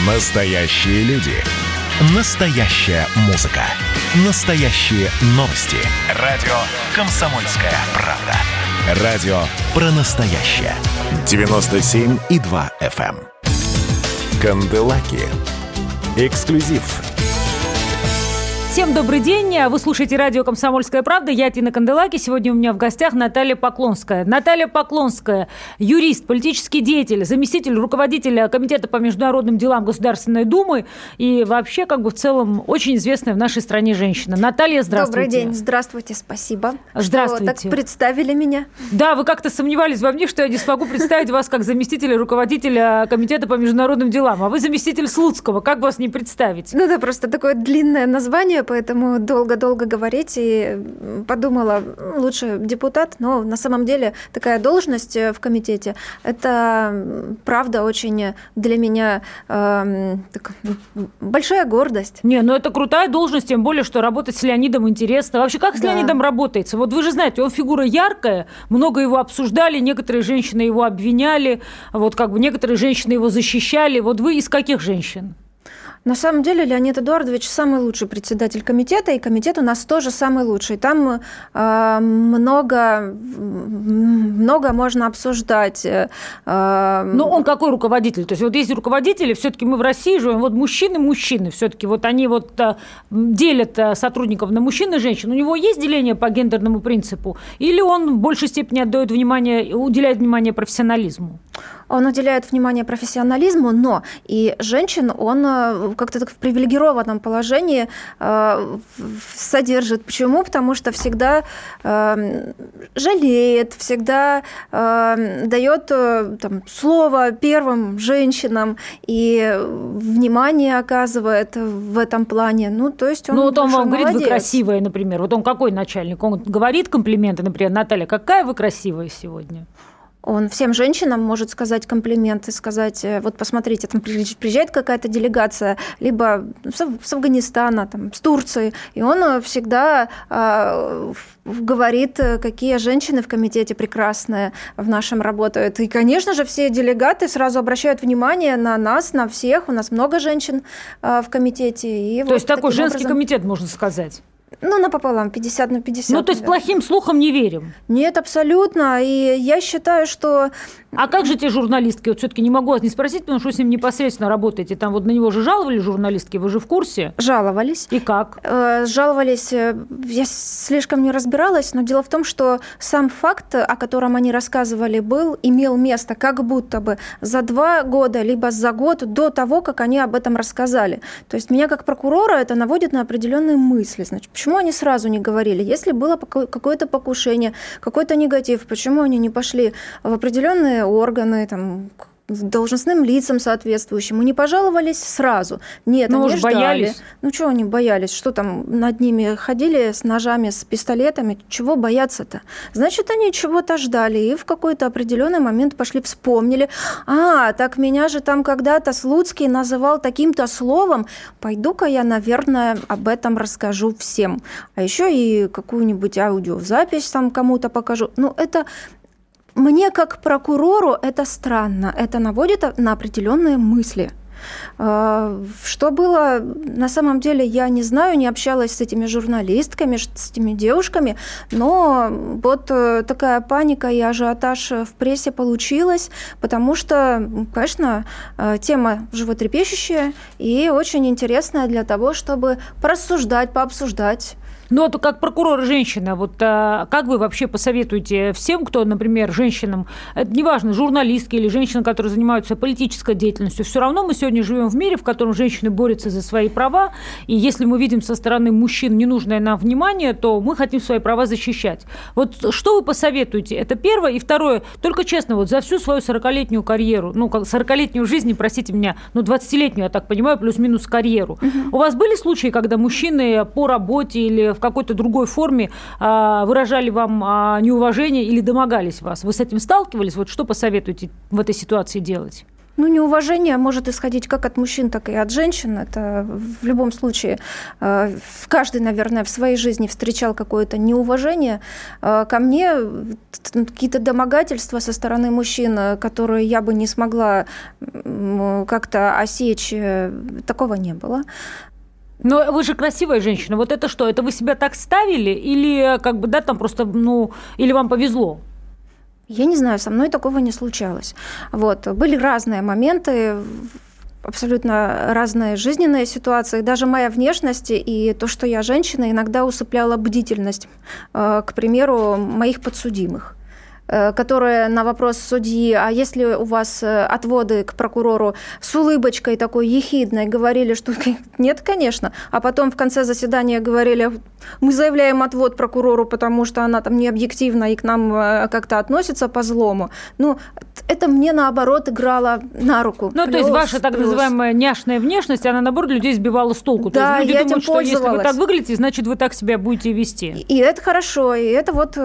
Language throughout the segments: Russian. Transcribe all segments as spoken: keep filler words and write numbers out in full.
Настоящие люди. Настоящая музыка. Настоящие новости. Радио «Комсомольская правда». Радио про настоящее. девяносто семь и два эф эм. Канделаки. Эксклюзив. Всем добрый день. Вы слушаете радио «Комсомольская правда». Я Тина Канделаки. Сегодня у меня в гостях Наталья Поклонская. Наталья Поклонская – юрист, политический деятель, заместитель руководителя Комитета по международным делам Государственной Думы и вообще, как бы в целом, очень известная в нашей стране женщина. Наталья, здравствуйте. Добрый день. Здравствуйте. Спасибо. Здравствуйте. Что так представили меня. Да, вы как-то сомневались во мне, что я не смогу представить вас как заместителя руководителя Комитета по международным делам. А вы заместитель Слуцкого. Как вас не представить? Ну да, просто такое длинное название, поэтому долго-долго говорить, и подумала, лучше депутат, но на самом деле такая должность в комитете, это, правда, очень для меня э, так, большая гордость. Не, ну это крутая должность, тем более, что работать с Леонидом интересно. Вообще, как с да. Леонидом работается? Вот вы же знаете, он фигура яркая, много его обсуждали, некоторые женщины его обвиняли, вот как бы некоторые женщины его защищали. Вот вы из каких женщин? На самом деле Леонид Эдуардович самый лучший председатель комитета, и комитет у нас тоже самый лучший. Там э, много, много можно обсуждать. Э, Но он какой руководитель? То есть вот есть руководители, все-таки мы в России живем, вот мужчины-мужчины, все-таки вот они вот э, делят сотрудников на мужчин и женщин. У него есть деление по гендерному принципу? Или он в большей степени отдает внимание, уделяет внимание профессионализму? Он уделяет внимание профессионализму, но и женщин он как-то так в привилегированном положении э, содержит. Почему? Потому что всегда э, жалеет, всегда э, дает э, там, слово первым женщинам и внимание оказывает в этом плане. Ну, то есть он, ну, вот он вам молодец. Говорит, вы красивая, например. Вот он какой начальник? Он говорит комплименты, например, Наталья, какая вы красивая сегодня? Он всем женщинам может сказать комплименты, сказать, вот посмотрите, там приезжает какая-то делегация, либо с Афганистана, там, с Турции, и он всегда э, говорит, какие женщины в комитете прекрасные в нашем работают. И, конечно же, все делегаты сразу обращают внимание на нас, на всех. У нас много женщин э, в комитете. И то вот есть такой женский образом... комитет, можно сказать? Ну, напополам, пятьдесят на пятьдесят. Ну, то есть наверное. Плохим слухам не верим? Нет, абсолютно. И я считаю, что... А как же те журналистки? Вот все-таки не могу вас не спросить, потому что вы с ним непосредственно работаете. Там вот на него же жаловали журналистки, вы же в курсе? Жаловались. И как? Э, жаловались, я слишком не разбиралась, но дело в том, что сам факт, о котором они рассказывали, был, имел место как будто бы за два года, либо за год до того, как они об этом рассказали. То есть меня как прокурора это наводит на определенные мысли. Значит, почему они сразу не говорили? Если было какое-то покушение, какой-то негатив, почему они не пошли в определенные органы, там, к должностным лицам соответствующим, и не пожаловались сразу? Нет, ну, они ждали. Боялись. Ну, чего они боялись? Что там над ними ходили с ножами, с пистолетами? Чего бояться-то? Значит, они чего-то ждали, и в какой-то определенный момент пошли, вспомнили. А, так меня же там когда-то Слуцкий называл таким-то словом. Пойду-ка я, наверное, об этом расскажу всем. А еще и какую-нибудь аудиозапись там кому-то покажу. Ну, это... Мне, как прокурору, это странно. Это наводит на определенные мысли. Что было, на самом деле, я не знаю, не общалась с этими журналистками, с этими девушками, но вот такая паника и ажиотаж в прессе получилась, потому что, конечно, тема животрепещущая и очень интересная для того, чтобы порассуждать, пообсуждать. Ну, вот как прокурор женщина, вот а, как вы вообще посоветуете всем, кто, например, женщинам, это неважно, журналистки или женщины, которые занимаются политической деятельностью, все равно мы сегодня живем в мире, в котором женщины борются за свои права, и если мы видим со стороны мужчин ненужное нам внимание, то мы хотим свои права защищать. Вот что вы посоветуете? Это первое. И второе, только честно, вот за всю свою сорокалетнюю карьеру, ну, как сорокалетнюю жизнь, простите меня, ну, двадцатилетнюю, я так понимаю, плюс-минус карьеру, угу. У вас были случаи, когда мужчины по работе или в какой-то другой форме а, выражали вам а, неуважение или домогались вас? Вы с этим сталкивались? Вот что посоветуете в этой ситуации делать? Ну, неуважение может исходить как от мужчин, так и от женщин. Это в любом случае каждый, наверное, в своей жизни встречал какое-то неуважение. Ко мне какие-то домогательства со стороны мужчин, которые я бы не смогла как-то осечь, такого не было. Но вы же красивая женщина. Вот это что? Это вы себя так ставили? Или как бы, да, там просто, ну, или вам повезло? Я не знаю, со мной такого не случалось. Вот. Были разные моменты, абсолютно разные жизненные ситуации. Даже моя внешность и то, что я женщина, иногда усыпляла бдительность, к примеру, моих подсудимых, которые на вопрос судьи, а если у вас отводы к прокурору, с улыбочкой такой ехидной говорили, что нет, конечно, а потом в конце заседания говорили, мы заявляем отвод прокурору, потому что она там не объективна и к нам как-то относится по-злому. Ну, это мне, наоборот, играло на руку. Ну, плюс, то есть ваша так плюс. называемая няшная внешность, она, наоборот, людей сбивала с толку. Да, то есть люди я думают, этим что если вы так пользовалась. выглядите, значит, вы так себя будете вести. И, и это хорошо, и это вот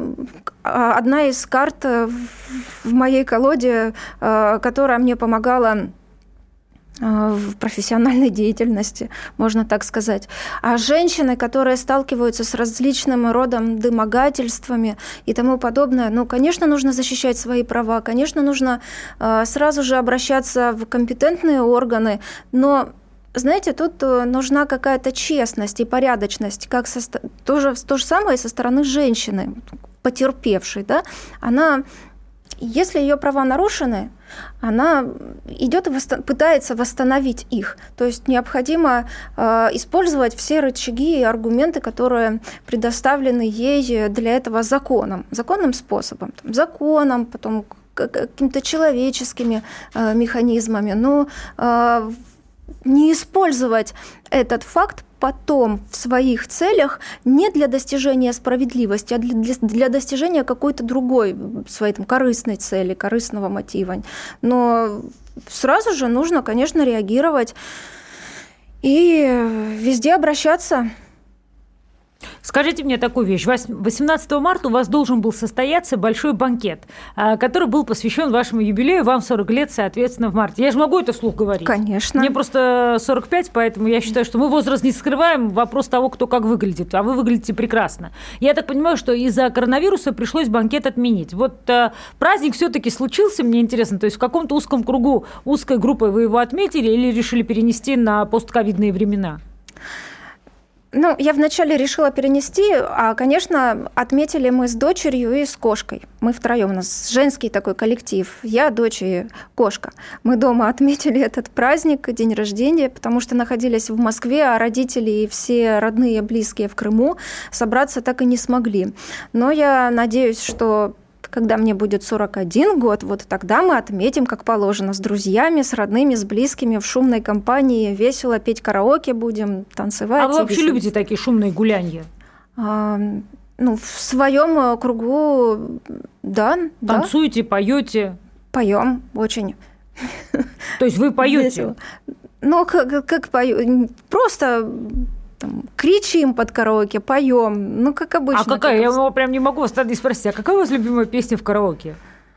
одна из карт в моей колоде, которая мне помогала в профессиональной деятельности, можно так сказать. А женщины, которые сталкиваются с различным родом домогательствами и тому подобное, ну, конечно, нужно защищать свои права, конечно, нужно сразу же обращаться в компетентные органы, но знаете, тут нужна какая-то честность и порядочность, как со, то, же, то же самое со стороны женщины, потерпевшей, да, она, если ее права нарушены, она идет и восст... пытается восстановить их. То есть необходимо э, использовать все рычаги и аргументы, которые предоставлены ей для этого законом, законным способом, там, законом, потом какими-то человеческими э, механизмами. Но э, не использовать этот факт потом в своих целях не для достижения справедливости, а для, для, для достижения какой-то другой своей там, корыстной цели, корыстного мотива. Но сразу же нужно, конечно, реагировать и везде обращаться. Скажите мне такую вещь. восемнадцатого марта у вас должен был состояться большой банкет, который был посвящен вашему юбилею, вам сорок лет, соответственно, в марте. Я же могу это вслух говорить? Конечно. Мне просто сорок пять, поэтому я считаю, что мы возраст не скрываем, вопрос того, кто как выглядит, а вы выглядите прекрасно. Я так понимаю, что из-за коронавируса пришлось банкет отменить. Вот праздник все-таки случился, мне интересно, то есть в каком-то узком кругу, узкой группой вы его отметили или решили перенести на постковидные времена? Ну, я вначале решила перенести, а, конечно, отметили мы с дочерью и с кошкой. Мы втроем, у нас женский такой коллектив. Я, дочь и кошка. Мы дома отметили этот праздник, день рождения, потому что находились в Москве, а родители и все родные, близкие в Крыму собраться так и не смогли. Но я надеюсь, что когда мне будет сорок один год, вот тогда мы отметим, как положено, с друзьями, с родными, с близкими, в шумной компании, весело петь караоке будем, танцевать. А вы вообще веселиться. Любите такие шумные гулянья? А, ну, в своем кругу, да. Танцуете, да. Поете? Поем очень. То есть вы поете? Ну, как, как пою? Просто... Там, кричим под караоке, поем, ну, как обычно. А какая? Как... Я прям не могу вас тогда спросить, а какая у вас любимая песня в караоке?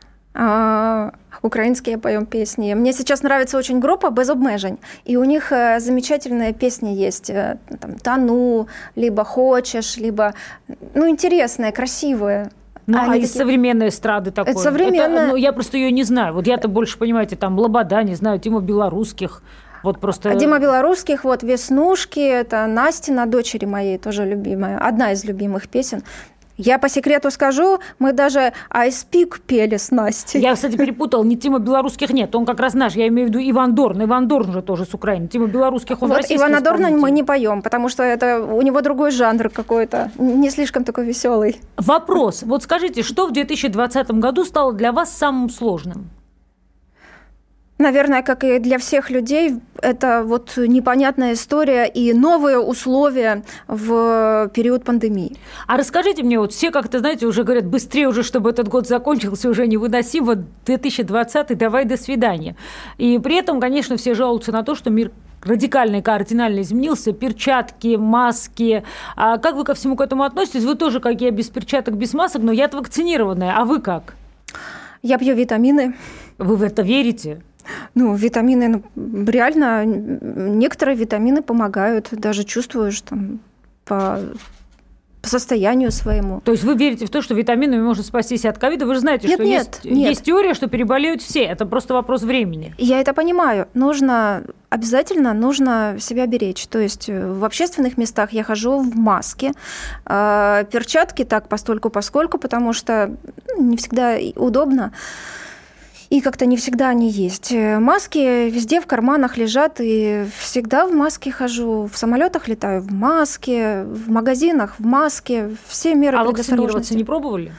А, украинские поем песни. Мне сейчас нравится очень группа «Без обмежень», и у них замечательные песни есть. Там, «Тону», либо «Хочешь», либо, ну, интересные, красивые. Ну, а, а из такие... современной эстрады такой? Это современная. Это, ну, я просто ее не знаю. Вот я-то больше, понимаете, там, Лобода, не знаю, Тима Белорусских. Вот просто... Дима Белорусских, вот «Веснушки», это Настина, дочери моей, тоже любимая, одна из любимых песен. Я по секрету скажу, мы даже «I Speak» пели с Настей. Я, кстати, перепутала, не Тима Белорусских нет, он как раз наш, я имею в виду Иван Дорн. Иван Дорн же тоже с Украины, Тима Белорусских он вот российский Ивана исполнитель. Дорна мы не поем, потому что это у него другой жанр какой-то, не слишком такой веселый. Вопрос, вот скажите, что в две тысячи двадцатом году стало для вас самым сложным? Наверное, как и для всех людей, это вот непонятная история и новые условия в период пандемии. А расскажите мне, вот все как-то, знаете, уже говорят, быстрее уже, чтобы этот год закончился, уже невыносимо, две тысячи двадцатый, давай до свидания. И при этом, конечно, все жалуются на то, что мир радикально и кардинально изменился, перчатки, маски. А как вы ко всему к этому относитесь? Вы тоже, как я, без перчаток, без масок, но я-то вакцинированная, а вы как? Я пью витамины. Вы в это верите? Ну, витамины, ну, реально, некоторые витамины помогают, даже чувствуешь там по... по состоянию своему. То есть вы верите в то, что витаминами можно спастись от ковида? Вы же знаете, нет, что нет, есть, нет. есть теория, что переболеют все. Это просто вопрос времени. Я это понимаю. Нужно, обязательно нужно себя беречь. То есть в общественных местах я хожу в маске. Перчатки так постольку-поскольку, потому что не всегда удобно. И как-то не всегда они есть. Маски везде в карманах лежат, и всегда в маске хожу. В самолетах летаю в маске, в магазинах в маске. Все меры а предосторожности. А вакцинироваться не пробовали?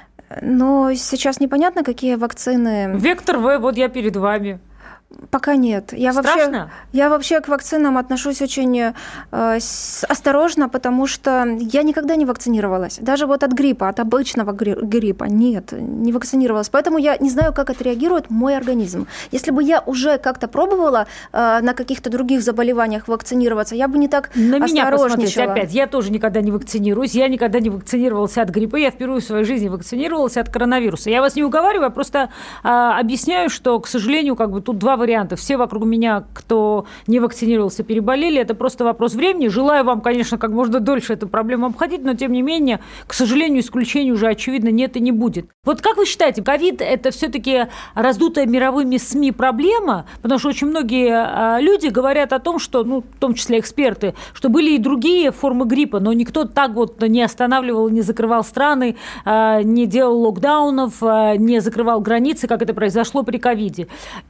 Но сейчас непонятно, какие вакцины. Вектор В, вот я перед вами. Пока нет. Я Страшно? Вообще, я вообще к вакцинам отношусь очень э, с, осторожно, потому что я никогда не вакцинировалась. Даже вот от гриппа, от обычного гриппа. Нет, не вакцинировалась. Поэтому я не знаю, как отреагирует мой организм. Если бы я уже как-то пробовала э, на каких-то других заболеваниях вакцинироваться, я бы не так на осторожничала. На меня посмотрите опять. Я тоже никогда не вакцинируюсь. Я никогда не вакцинировалась от гриппа. Я впервые в своей жизни вакцинировалась от коронавируса. Я вас не уговариваю, я просто э, объясняю, что, к сожалению, как бы тут два вариантов. Все вокруг меня, кто не вакцинировался, переболели. Это просто вопрос времени. Желаю вам, конечно, как можно дольше эту проблему обходить, но, тем не менее, к сожалению, исключений уже, очевидно, нет и не будет. Вот как вы считаете, ковид – это все-таки раздутая мировыми СМИ проблема? Потому что очень многие люди говорят о том, что, ну, в том числе эксперты, что были и другие формы гриппа, но никто так вот не останавливал, не закрывал страны, не делал локдаунов, не закрывал границы, как это произошло при ковиде.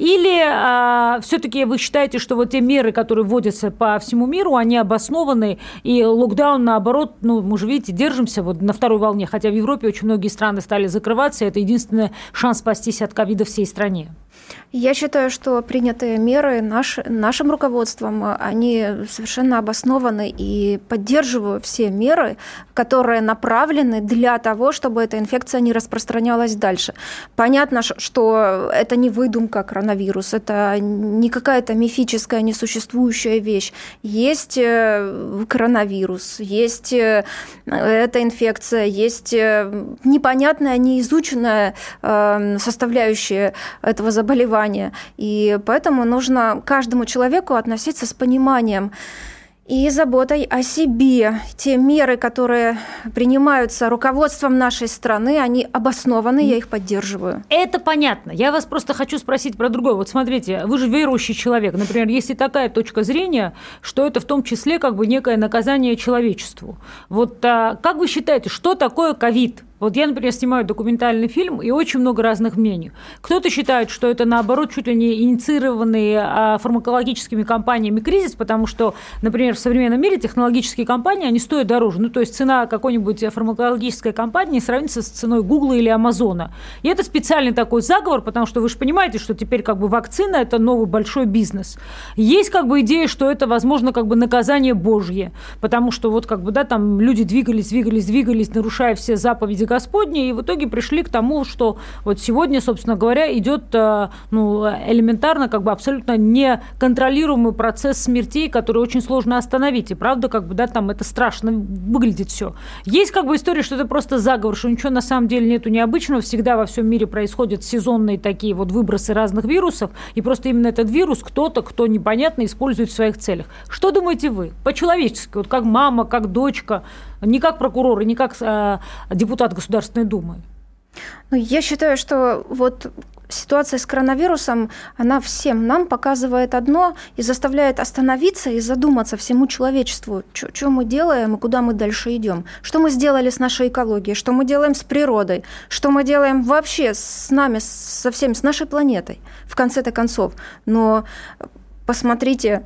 Или все-таки вы считаете, что вот те меры, которые вводятся по всему миру, они обоснованы, и локдаун, наоборот, ну, мы же, видите, держимся вот на второй волне, хотя в Европе очень многие страны стали закрываться, и это единственный шанс спастись от ковида всей стране. Я считаю, что принятые меры наш, нашим руководством, они совершенно обоснованы, и поддерживаю все меры, которые направлены для того, чтобы эта инфекция не распространялась дальше. Понятно, что это не выдумка коронавирус, это не какая-то мифическая, несуществующая вещь. Есть коронавирус, есть эта инфекция, есть непонятная, неизученная составляющая этого заболевания. И поэтому нужно каждому человеку относиться с пониманием и заботой о себе. Те меры, которые принимаются руководством нашей страны, они обоснованы, я их поддерживаю. Это понятно. Я вас просто хочу спросить про другое. Вот смотрите, вы же верующий человек. Например, есть и такая точка зрения, что это в том числе как бы некое наказание человечеству. Вот а, как вы считаете, что такое ковид? Вот я, например, снимаю документальный фильм, и очень много разных мнений. Кто-то считает, что это, наоборот, чуть ли не инициированный фармакологическими компаниями кризис, потому что, например, в современном мире технологические компании, они стоят дороже. Ну, то есть цена какой-нибудь фармакологической компании сравнится с ценой Гугла или Амазона. И это специальный такой заговор, потому что вы же понимаете, что теперь как бы вакцина – это новый большой бизнес. Есть как бы идея, что это, возможно, как бы наказание Божье, потому что вот как бы, да, там люди двигались, двигались, двигались, нарушая все заповеди Господне, и в итоге пришли к тому, что вот сегодня, собственно говоря, идет ну, элементарно, как бы абсолютно неконтролируемый процесс смертей, который очень сложно остановить. И правда, как бы, да, там это страшно выглядит все. Есть как бы история, что это просто заговор, что ничего на самом деле нету необычного. Всегда во всем мире происходят сезонные такие вот выбросы разных вирусов, и просто именно этот вирус кто-то, кто непонятно, использует в своих целях. Что думаете вы? По-человечески, вот как мама, как дочка, не как прокурор и не как э, депутат Государственной Думы? Ну, я считаю, что вот ситуация с коронавирусом, она всем нам показывает одно и заставляет остановиться и задуматься всему человечеству, что мы делаем и куда мы дальше идем, что мы сделали с нашей экологией, что мы делаем с природой, что мы делаем вообще с нами, со всем, с нашей планетой, в конце-то концов. Но посмотрите,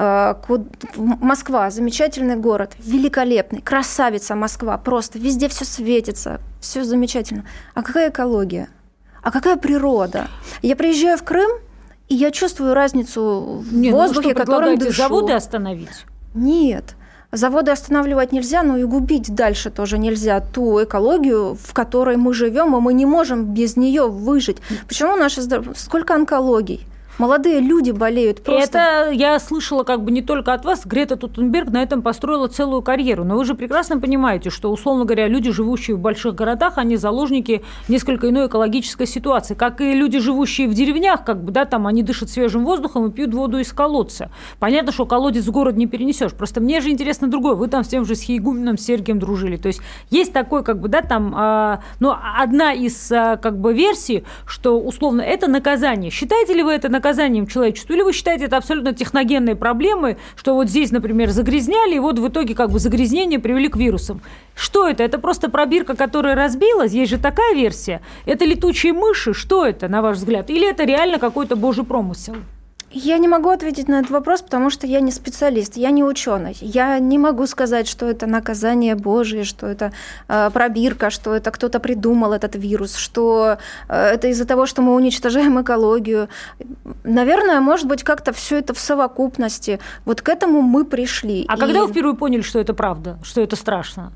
Москва, замечательный город, великолепный, красавица Москва, просто везде все светится, все замечательно. А какая экология? А какая природа? Я приезжаю в Крым, и я чувствую разницу в Не, воздухе, ну, которым дышу. Заводы остановить? Нет. Заводы останавливать нельзя, но и губить дальше тоже нельзя ту экологию, в которой мы живем, и мы не можем без нее выжить. Почему наше здоровье? Сколько онкологий? Молодые люди болеют просто. Это я слышала как бы не только от вас. Грета Тутенберг на этом построила целую карьеру. Но вы же прекрасно понимаете, что, условно говоря, люди, живущие в больших городах, они заложники несколько иной экологической ситуации. Как и люди, живущие в деревнях, как бы, да, там они дышат свежим воздухом и пьют воду из колодца. Понятно, что колодец в город не перенесешь. Просто мне же интересно другое. Вы там с тем же с Игуменом Сергием дружили. То есть есть такой, как бы, да, там, а, ну, одна из, а, как бы, версий, что, условно, это наказание. Считаете ли вы это наказанием человечеству? Или вы считаете это абсолютно техногенные проблемы, что вот здесь, например, загрязняли, и вот в итоге как бы загрязнение привели к вирусам? Что это? Это просто пробирка, которая разбилась? Есть же такая версия. Это летучие мыши? Что это, на ваш взгляд? Или это реально какой-то божий промысел? Я не могу ответить на этот вопрос, потому что я не специалист, я не ученый. Я не могу сказать, что это наказание Божие, что это э, пробирка, что это кто-то придумал этот вирус, что э, это из-за того, что мы уничтожаем экологию. Наверное, может быть, как-то все это в совокупности. Вот к этому мы пришли. А И... когда вы впервые поняли, что это правда, что это страшно?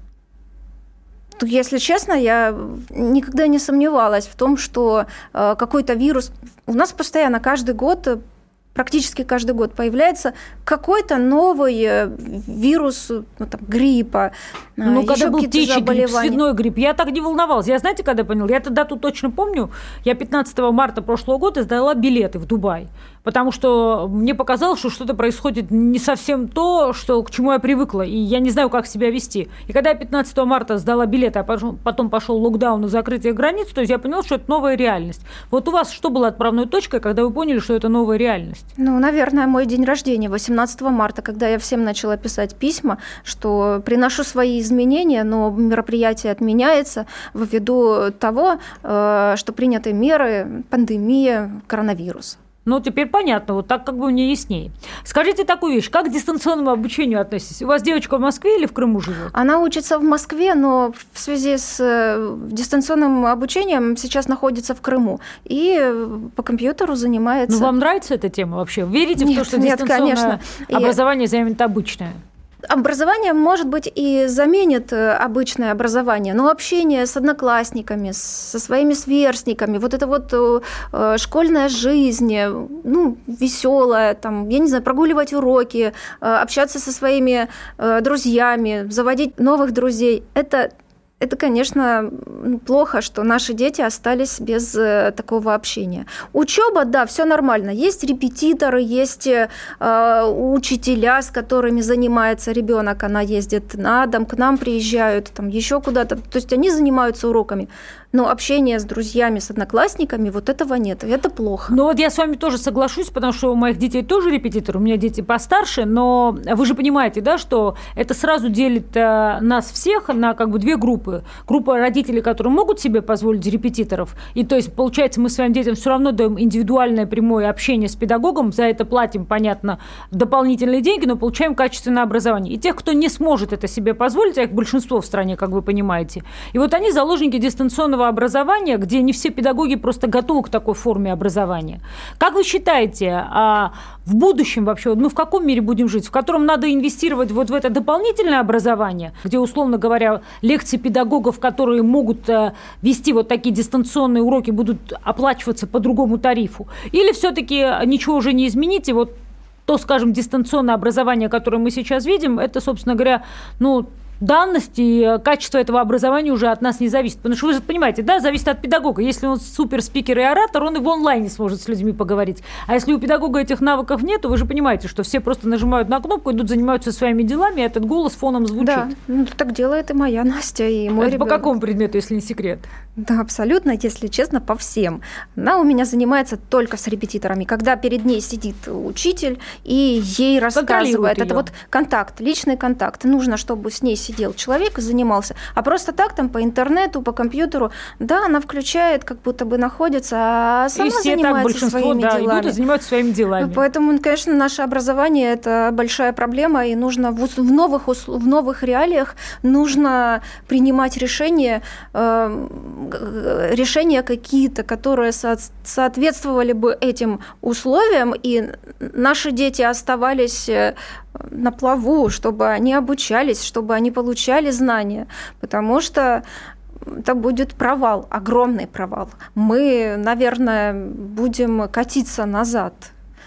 Если честно, я никогда не сомневалась в том, что э, какой-то вирус... У нас постоянно каждый год... Практически каждый год появляется какой-то новый вирус, ну, там, гриппа, ну, еще когда был птичий грипп, свиной грипп, я так не волновалась. Я, знаете, когда поняла? Я тогда тут точно помню, я пятнадцатого марта прошлого года сдала билеты в Дубай, потому что мне показалось, что что-то происходит не совсем то, что, к чему я привыкла, и я не знаю, как себя вести. И когда я пятнадцатого марта сдала билеты, а потом пошел локдаун и закрытие границ, то есть я поняла, что это новая реальность. Вот у вас что было отправной точкой, когда вы поняли, что это новая реальность? Ну, наверное, мой день рождения, восемнадцатого марта, когда я всем начала писать письма, что приношу свои изменения, но мероприятие отменяется ввиду того, что приняты меры, пандемия, коронавирус. Ну, теперь понятно, вот так как бы мне яснее. Скажите такую вещь, как к дистанционному обучению относитесь? У вас девочка в Москве или в Крыму живет? Она учится в Москве, но в связи с дистанционным обучением сейчас находится в Крыму и по компьютеру занимается. Ну, вам нравится эта тема вообще? Верите нет, в то, что нет, дистанционное конечно. образование заменит обычное? Образование, может быть, и заменит обычное образование, но общение с одноклассниками, со своими сверстниками, вот это вот школьная жизнь, ну, веселая, там, я не знаю, прогуливать уроки, общаться со своими друзьями, заводить новых друзей, это Это, конечно, плохо, что наши дети остались без такого общения. Учеба, да, все нормально. Есть репетиторы, есть э, учителя, с которыми занимается ребенок. Она ездит на дом, к нам приезжают, там еще куда-то. То есть они занимаются уроками. Но общение с друзьями, с одноклассниками, вот этого нет, и это плохо. Ну вот я с вами тоже соглашусь, потому что у моих детей тоже репетитор, у меня дети постарше, но вы же понимаете, да, что это сразу делит нас всех на как бы две группы. Группа родителей, которые могут себе позволить репетиторов, и то есть, получается, мы своим детям все равно даем индивидуальное прямое общение с педагогом, за это платим, понятно, дополнительные деньги, но получаем качественное образование. И тех, кто не сможет это себе позволить, а их большинство в стране, как вы понимаете, и вот они заложники дистанционного образования, где не все педагоги просто готовы к такой форме образования. Как вы считаете, в будущем вообще, ну в каком мире будем жить, в котором надо инвестировать вот в это дополнительное образование, где, условно говоря, лекции педагогов, которые могут вести вот такие дистанционные уроки, будут оплачиваться по другому тарифу? Или все-таки ничего уже не изменить, и вот то, скажем, дистанционное образование, которое мы сейчас видим, это, собственно говоря, ну, данность и качество этого образования уже от нас не зависит. Потому что вы же понимаете, да, зависит от педагога. Если он суперспикер и оратор, он и в онлайне сможет с людьми поговорить. А если у педагога этих навыков нет, то вы же понимаете, что все просто нажимают на кнопку, идут, занимаются своими делами, и этот голос фоном звучит. Да, ну, так делает и моя Настя, и мой Это ребенок. по какому предмету, если не секрет? Да, абсолютно, если честно, по всем. Она у меня занимается только с репетиторами, когда перед ней сидит учитель и ей рассказывает. Это вот контакт, личный контакт. Нужно, чтобы с ней сидел человек и занимался. А просто так там по интернету, по компьютеру, да, она включает, как будто бы находится, а сама и все занимается так, большинство, своими да, делами. идут и занимаются своими делами. Поэтому, конечно, наше образование – это большая проблема, и нужно в, в, новых, в новых реалиях нужно принимать решения, э, решения какие-то, которые со- соответствовали бы этим условиям, и наши дети оставались на плаву, чтобы они обучались, чтобы они получали знания, потому что это будет провал, огромный провал. Мы, наверное, будем катиться назад,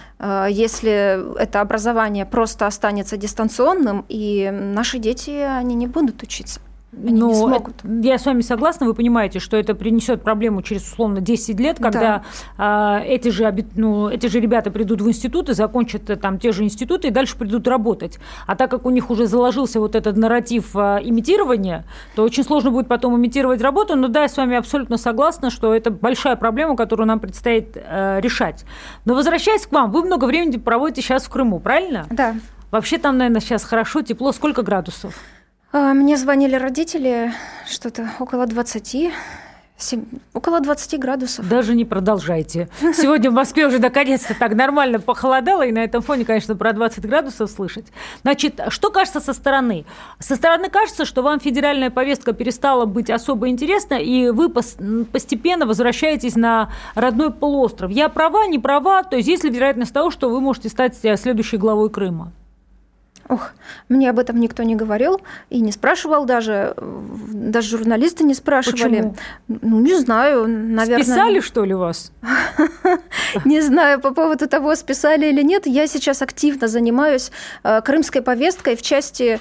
если это образование просто останется дистанционным, и наши дети, они не будут учиться. Они Но не смогут. Я с вами согласна, вы понимаете, что это принесет проблему через условно десять лет, когда да. э, эти, же, ну, эти же ребята придут в институты, закончат там те же институты и дальше придут работать. А так как у них уже заложился вот этот нарратив э, имитирования, то очень сложно будет потом имитировать работу. Но да, я с вами абсолютно согласна, что это большая проблема, которую нам предстоит э, решать. Но возвращаясь к вам, вы много времени проводите сейчас в Крыму, правильно? Да. Вообще там, наверное, сейчас хорошо, тепло. Сколько градусов? Мне звонили родители, что-то около двадцати, около двадцати градусов. Даже не продолжайте. Сегодня в Москве уже наконец-то так нормально похолодало, и на этом фоне, конечно, про двадцать градусов слышать. Значит, что кажется со стороны? Со стороны кажется, что вам федеральная повестка перестала быть особо интересна, и вы постепенно возвращаетесь на родной полуостров. Я права, не права? То есть есть ли вероятность того, что вы можете стать следующей главой Крыма? Ох, мне об этом никто не говорил и не спрашивал даже. Даже журналисты не спрашивали. Почему? Ну, не знаю, наверное. Списали, что ли, вас? Не знаю по поводу того, списали или нет. Я сейчас активно занимаюсь крымской повесткой в части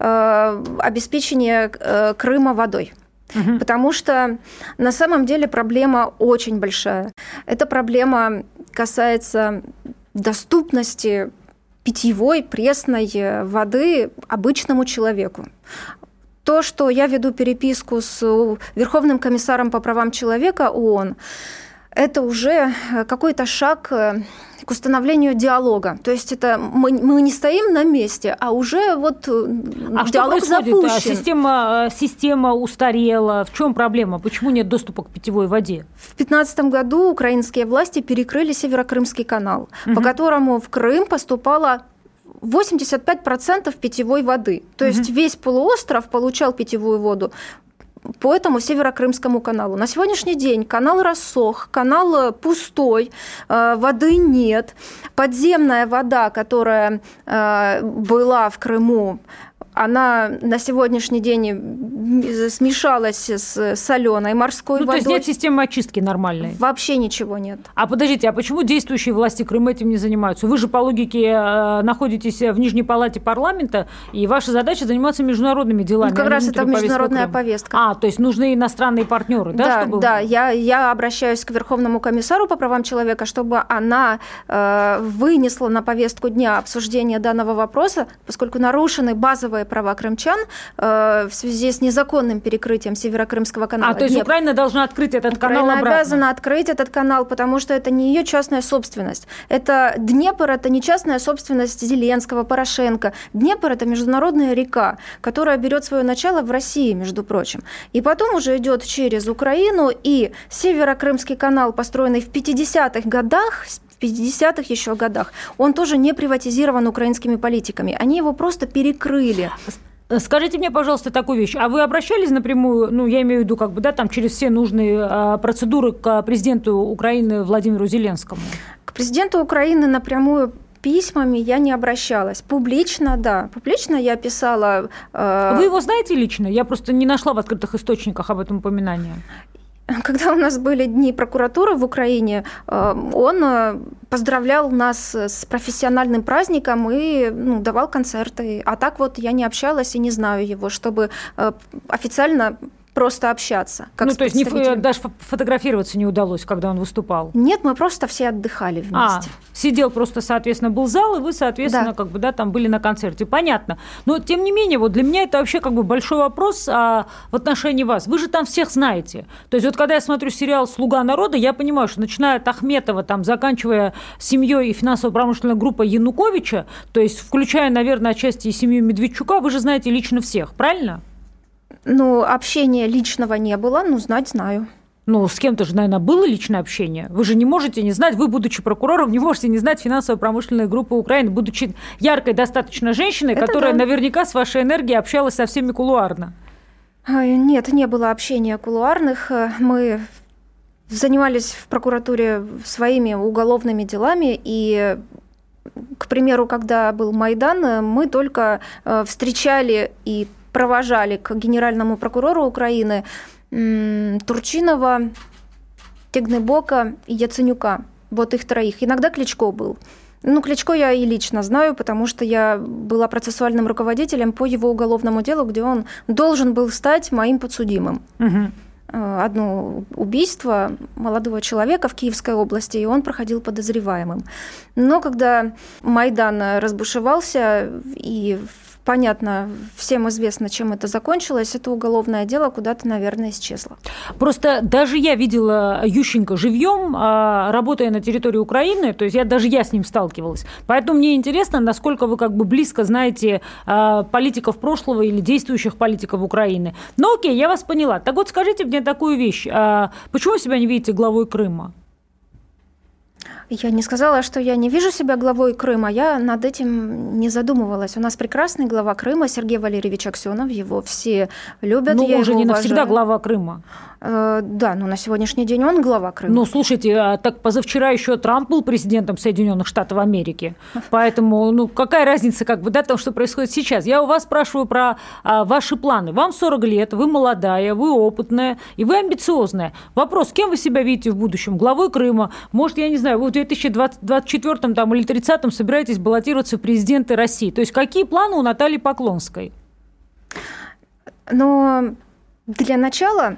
обеспечения Крыма водой. Угу. Потому что на самом деле проблема очень большая. Эта проблема касается доступности питьевой, пресной воды обычному человеку. То, что я веду переписку с Верховным комиссаром по правам человека ООН, это уже какой-то шаг к установлению диалога. То есть это мы, мы не стоим на месте, а уже вот а диалог что запущен. Система, система устарела. В чем проблема? Почему нет доступа к питьевой воде? В две тысячи пятнадцатом году украинские власти перекрыли Северокрымский канал, угу. по которому в Крым поступало восемьдесят пять процентов питьевой воды. То угу. есть весь полуостров получал питьевую воду по этому Северокрымскому каналу. На сегодняшний день канал рассох, канал пустой, воды нет. Подземная вода, которая была в Крыму, она на сегодняшний день смешалась с соленой морской ну, водой. То есть нет системы очистки нормальной? Вообще ничего нет. А подождите, а почему действующие власти Крыма этим не занимаются? Вы же по логике находитесь в Нижней палате парламента, и ваша задача заниматься международными делами. Ну, как а раз это международная повестка. А, то есть нужны иностранные партнеры, да? Да, чтобы... да. Я, я обращаюсь к Верховному комиссару по правам человека, чтобы она э, вынесла на повестку дня обсуждение данного вопроса, поскольку нарушены базовые права крымчан э, в связи с незаконным перекрытием Северокрымского канала. А, то есть Нет. Украина должна открыть этот Украина канал обратно? обязана открыть этот канал, потому что это не ее частная собственность. Это Днепр, это не частная собственность Зеленского, Порошенко. Днепр – это международная река, которая берет свое начало в России, между прочим. И потом уже идет через Украину, и Северокрымский канал, построенный в пятидесятых годах, в пятидесятых еще годах, он тоже не приватизирован украинскими политиками. Они его просто перекрыли. Скажите мне, пожалуйста, такую вещь. А вы обращались напрямую, ну, я имею в виду, как бы, да, там, через все нужные а, процедуры к президенту Украины Владимиру Зеленскому? К президенту Украины напрямую письмами я не обращалась. Публично, да. Публично я писала... Э... Вы его знаете лично? Я просто не нашла в открытых источниках об этом упоминания. Когда у нас были дни прокуратуры в Украине, он поздравлял нас с профессиональным праздником и ну, давал концерты. А так вот я не общалась и не знаю его, чтобы официально просто общаться. Как ну, то есть не, даже фотографироваться не удалось, когда он выступал? Нет, мы просто все отдыхали вместе. А, сидел просто, соответственно, был зал, и вы, соответственно, да. как бы, да, там были на концерте. Понятно. Но, тем не менее, вот для меня это вообще как бы большой вопрос а, в отношении вас. Вы же там всех знаете. То есть вот когда я смотрю сериал «Слуга народа», я понимаю, что начиная от Ахметова, там, заканчивая семьей и финансово-промышленной группой Януковича, то есть включая, наверное, отчасти и семью Медведчука, вы же знаете лично всех, правильно? Ну, общения личного не было, но знать знаю. Ну, с кем-то же, наверное, было личное общение. Вы же не можете не знать, вы, будучи прокурором, не можете не знать финансово-промышленной группы Украины, будучи яркой достаточно женщиной, Это которая да. наверняка с вашей энергией общалась со всеми кулуарно. Нет, не было общения кулуарных. Мы занимались в прокуратуре своими уголовными делами, и, к примеру, когда был Майдан, мы только встречали и провожали к генеральному прокурору Украины Турчинова, Тегнебока и Яценюка. Вот их троих. Иногда Кличко был. Ну, Кличко я и лично знаю, потому что я была процессуальным руководителем по его уголовному делу, где он должен был стать моим подсудимым. Угу. Одно убийство молодого человека в Киевской области, и он проходил подозреваемым. Но когда Майдан разбушевался, и понятно, всем известно, чем это закончилось, это уголовное дело куда-то, наверное, исчезло. Просто даже я видела Ющенко живьем, работая на территории Украины, то есть я, даже я с ним сталкивалась. Поэтому мне интересно, насколько вы как бы близко знаете политиков прошлого или действующих политиков Украины. Ну окей, я вас поняла. Так вот скажите мне такую вещь. Почему вы себя не видите главой Крыма? Я не сказала, что я не вижу себя главой Крыма, я над этим не задумывалась. У нас прекрасный глава Крыма Сергей Валерьевич Аксенов, его все любят, но я он же его не уважаю. навсегда глава Крыма. Э, да, но на сегодняшний день он глава Крыма. Ну, слушайте, так позавчера еще Трамп был президентом Соединенных Штатов Америки, поэтому, ну, какая разница, как бы, да, там, что происходит сейчас. Я у вас спрашиваю про а, ваши планы. Вам сорок лет, вы молодая, вы опытная, и вы амбициозная. Вопрос, кем вы себя видите в будущем? Главой Крыма? Может, я не знаю, вы в две тысячи двадцать четвёртом там, или тридцатом собираетесь баллотироваться в президенты России? То есть какие планы у Натальи Поклонской? Но для начала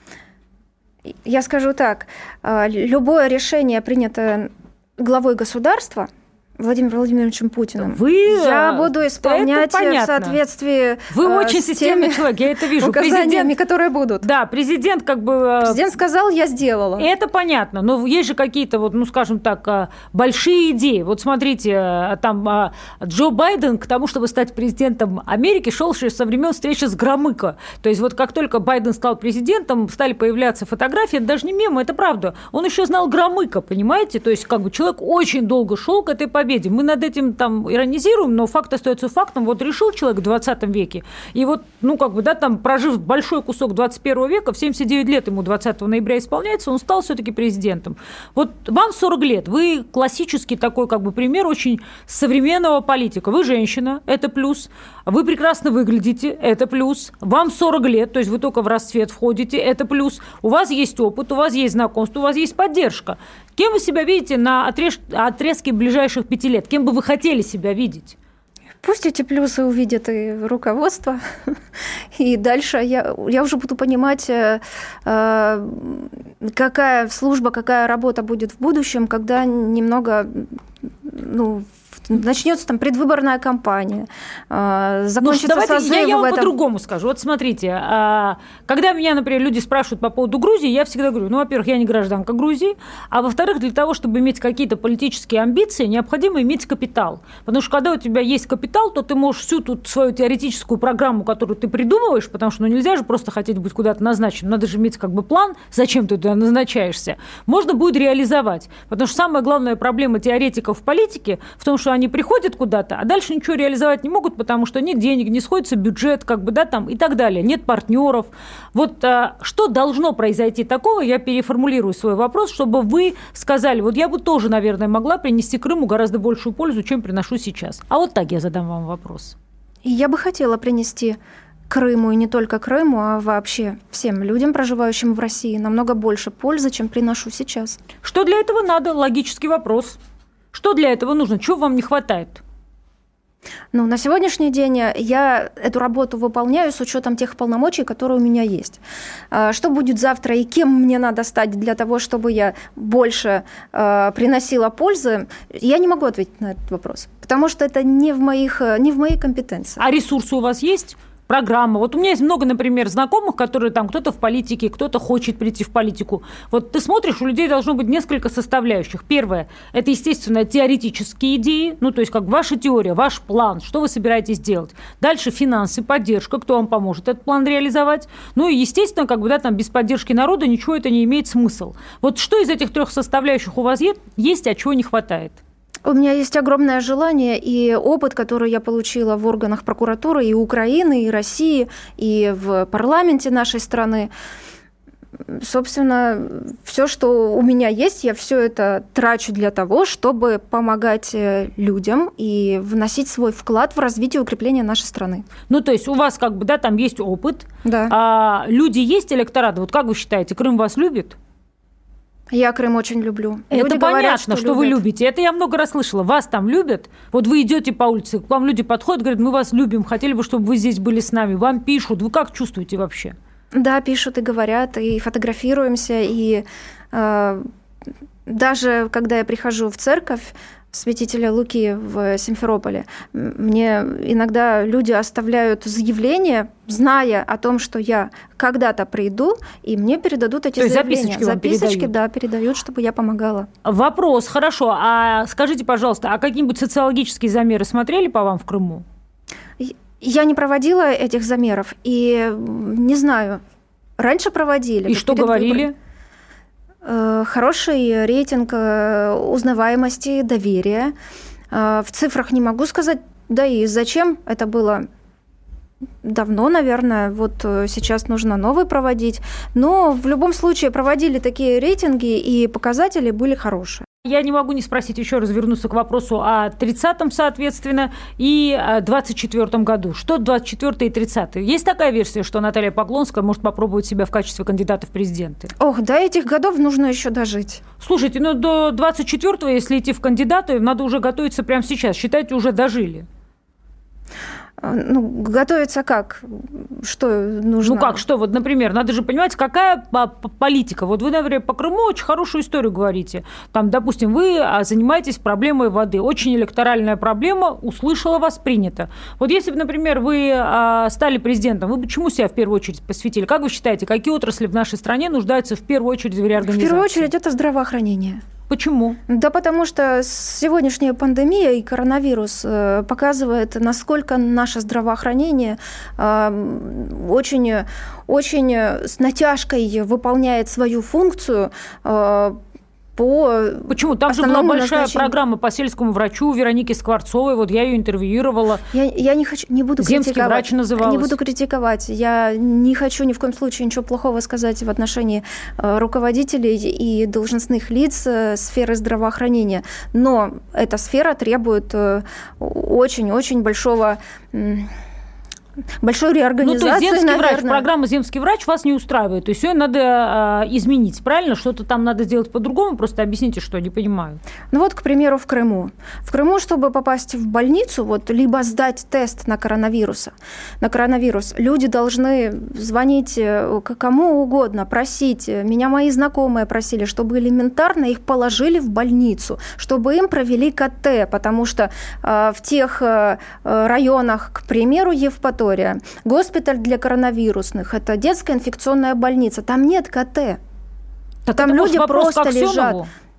я скажу так. Любое решение, принятое главой государства, Владимиром Владимировичем Путиным, вы, я буду исполнять в соответствии Вы с очень системный человек, я это вижу. Указаниями, президент, которые будут. Да, президент как бы... Президент сказал, я сделала. Это понятно, но есть же какие-то, вот, ну, скажем так, большие идеи. Вот смотрите, там Джо Байден к тому, чтобы стать президентом Америки, шел еще со времен встречи с Громыко. То есть вот как только Байден стал президентом, стали появляться фотографии, это даже не мемы, это правда. Он еще знал Громыко, понимаете? То есть как бы человек очень долго шел к этой победе. Мы над этим там иронизируем, но факт остается фактом. Вот решил человек в двадцатом веке, и вот, ну, как бы, да, там, прожив большой кусок двадцать первого века, в семьдесят девять лет ему двадцатого ноября исполняется, он стал все-таки президентом. Вот вам сорок лет, вы классический такой, как бы, пример очень современного политика. Вы женщина, это плюс. Вы прекрасно выглядите, это плюс. Вам сорок лет, то есть вы только в расцвет входите, это плюс. У вас есть опыт, у вас есть знакомство, у вас есть поддержка. Кем вы себя видите на отрез... отрезке ближайших пяти лет? Кем бы вы хотели себя видеть? Пусть эти плюсы увидят и руководство, и дальше я, я уже буду понимать, какая служба, какая работа будет в будущем, когда немного, ну, начнется там предвыборная кампания, закончится ну, давайте созыв я, я вам в этом... по-другому скажу. Вот смотрите, когда меня, например, люди спрашивают по поводу Грузии, я всегда говорю, ну, во-первых, я не гражданка Грузии, а во-вторых, для того, чтобы иметь какие-то политические амбиции, необходимо иметь капитал. Потому что когда у тебя есть капитал, то ты можешь всю тут свою теоретическую программу, которую ты придумываешь, потому что ну, нельзя же просто хотеть быть куда-то назначенным, надо же иметь как бы план, зачем ты туда назначаешься, можно будет реализовать. Потому что самая главная проблема теоретиков в политике в том, что они приходят куда-то, а дальше ничего реализовать не могут, потому что нет денег, не сходится бюджет, как бы, да, там, и так далее, нет партнеров. Вот а, что должно произойти такого, я переформулирую свой вопрос, чтобы вы сказали, вот я бы тоже, наверное, могла принести Крыму гораздо большую пользу, чем приношу сейчас. А вот так я задам вам вопрос. И я бы хотела принести Крыму, и не только Крыму, а вообще всем людям, проживающим в России, намного больше пользы, чем приношу сейчас. Что для этого надо? Логический вопрос. Что для этого нужно? Чего вам не хватает? Ну, на сегодняшний день я эту работу выполняю с учетом тех полномочий, которые у меня есть. Что будет завтра и кем мне надо стать для того, чтобы я больше э, приносила пользы, я не могу ответить на этот вопрос, потому что это не в, моих, не в моей компетенции. А ресурсы у вас есть? Программа. Вот у меня есть много, например, знакомых, которые там кто-то в политике, кто-то хочет прийти в политику. Вот ты смотришь, у людей должно быть несколько составляющих. Первое – это, естественно, теоретические идеи, ну, то есть как ваша теория, ваш план, что вы собираетесь делать. Дальше финансы, поддержка, кто вам поможет этот план реализовать. Ну и, естественно, как бы, да, там без поддержки народа ничего это не имеет смысла. Вот что из этих трех составляющих у вас есть, а чего не хватает? У меня есть огромное желание и опыт, который я получила в органах прокуратуры и Украины, и России, и в парламенте нашей страны. собственно, все, что у меня есть, я все это трачу для того, чтобы помогать людям и вносить свой вклад в развитие и укрепление нашей страны. Ну, то есть у вас как бы, да, там есть опыт, да. А люди есть, электорат? Вот как вы считаете, Крым вас любит? Я Крым очень люблю. Это люди понятно, говорят, что, что любят. вы любите. Это я много раз слышала. Вас там любят? Вот вы идете по улице, к вам люди подходят, говорят, мы вас любим, хотели бы, чтобы вы здесь были с нами. Вам пишут. Вы как чувствуете вообще? Да, пишут и говорят, и фотографируемся, и э, даже когда я прихожу в церковь святителя Луки в Симферополе, мне иногда люди оставляют заявление, зная о том, что я когда-то приду, и мне передадут эти То есть заявления. записочки вам Записочки, передают? да, передают, чтобы я помогала. Вопрос, хорошо. А скажите, пожалуйста, а какие-нибудь социологические замеры смотрели по вам в Крыму? Я не проводила этих замеров, и не знаю, раньше проводили. И что говорили? Выборы. Хороший рейтинг узнаваемости, доверия. В цифрах не могу сказать, да и зачем это было давно, наверное, вот сейчас нужно новый проводить. Но в любом случае проводили такие рейтинги, и показатели были хорошие. Я не могу не спросить еще раз, вернуться к вопросу о тридцатом, соответственно, и двадцать четвёртом году. Что двадцать четвёртый и тридцатый? Есть такая версия, что Наталья Поклонская может попробовать себя в качестве кандидата в президенты? Ох, до этих годов нужно еще дожить. Слушайте, ну до двадцать четвёртого, если идти в кандидаты, надо уже готовиться прямо сейчас. Считайте, уже дожили. Ну, готовиться как? Что нужно? Ну как, что? Вот, например, надо же понимать, какая политика. Вот вы, например, по Крыму очень хорошую историю говорите. Там, допустим, вы занимаетесь проблемой воды. Очень электоральная проблема, услышала вас, принято. Вот если бы, например, вы стали президентом, вы бы чему себя в первую очередь посвятили? Как вы считаете, какие отрасли в нашей стране нуждаются в первую очередь в реорганизации? В первую очередь это здравоохранение. Почему? Да потому что сегодняшняя пандемия и коронавирус показывает, насколько наше здравоохранение очень, очень с натяжкой выполняет свою функцию по Почему? Там же была большая программа по сельскому врачу Вероники Скворцовой, вот я ее интервьюировала. Я, я не хочу, не буду Земский критиковать. врач называлась. Не буду критиковать. Я не хочу ни в коем случае ничего плохого сказать в отношении руководителей и должностных лиц сферы здравоохранения. Но эта сфера требует очень-очень большого... большой реорганизации, ну, то есть земский наверное. врач, программа «Земский врач» вас не устраивает. То есть ее надо э, изменить, правильно? Что-то там надо сделать по-другому? Просто объясните, что, не понимаю. Ну вот, к примеру, в Крыму. В Крыму, чтобы попасть в больницу, вот, либо сдать тест на коронавирус, на коронавирус, люди должны звонить кому угодно, просить. Меня мои знакомые просили, чтобы элементарно их положили в больницу, чтобы им провели ка тэ, потому что э, в тех э, районах, к примеру, Евпатория, госпиталь для коронавирусных, это детская инфекционная больница, там нет ка тэ. Так там люди просто лежат.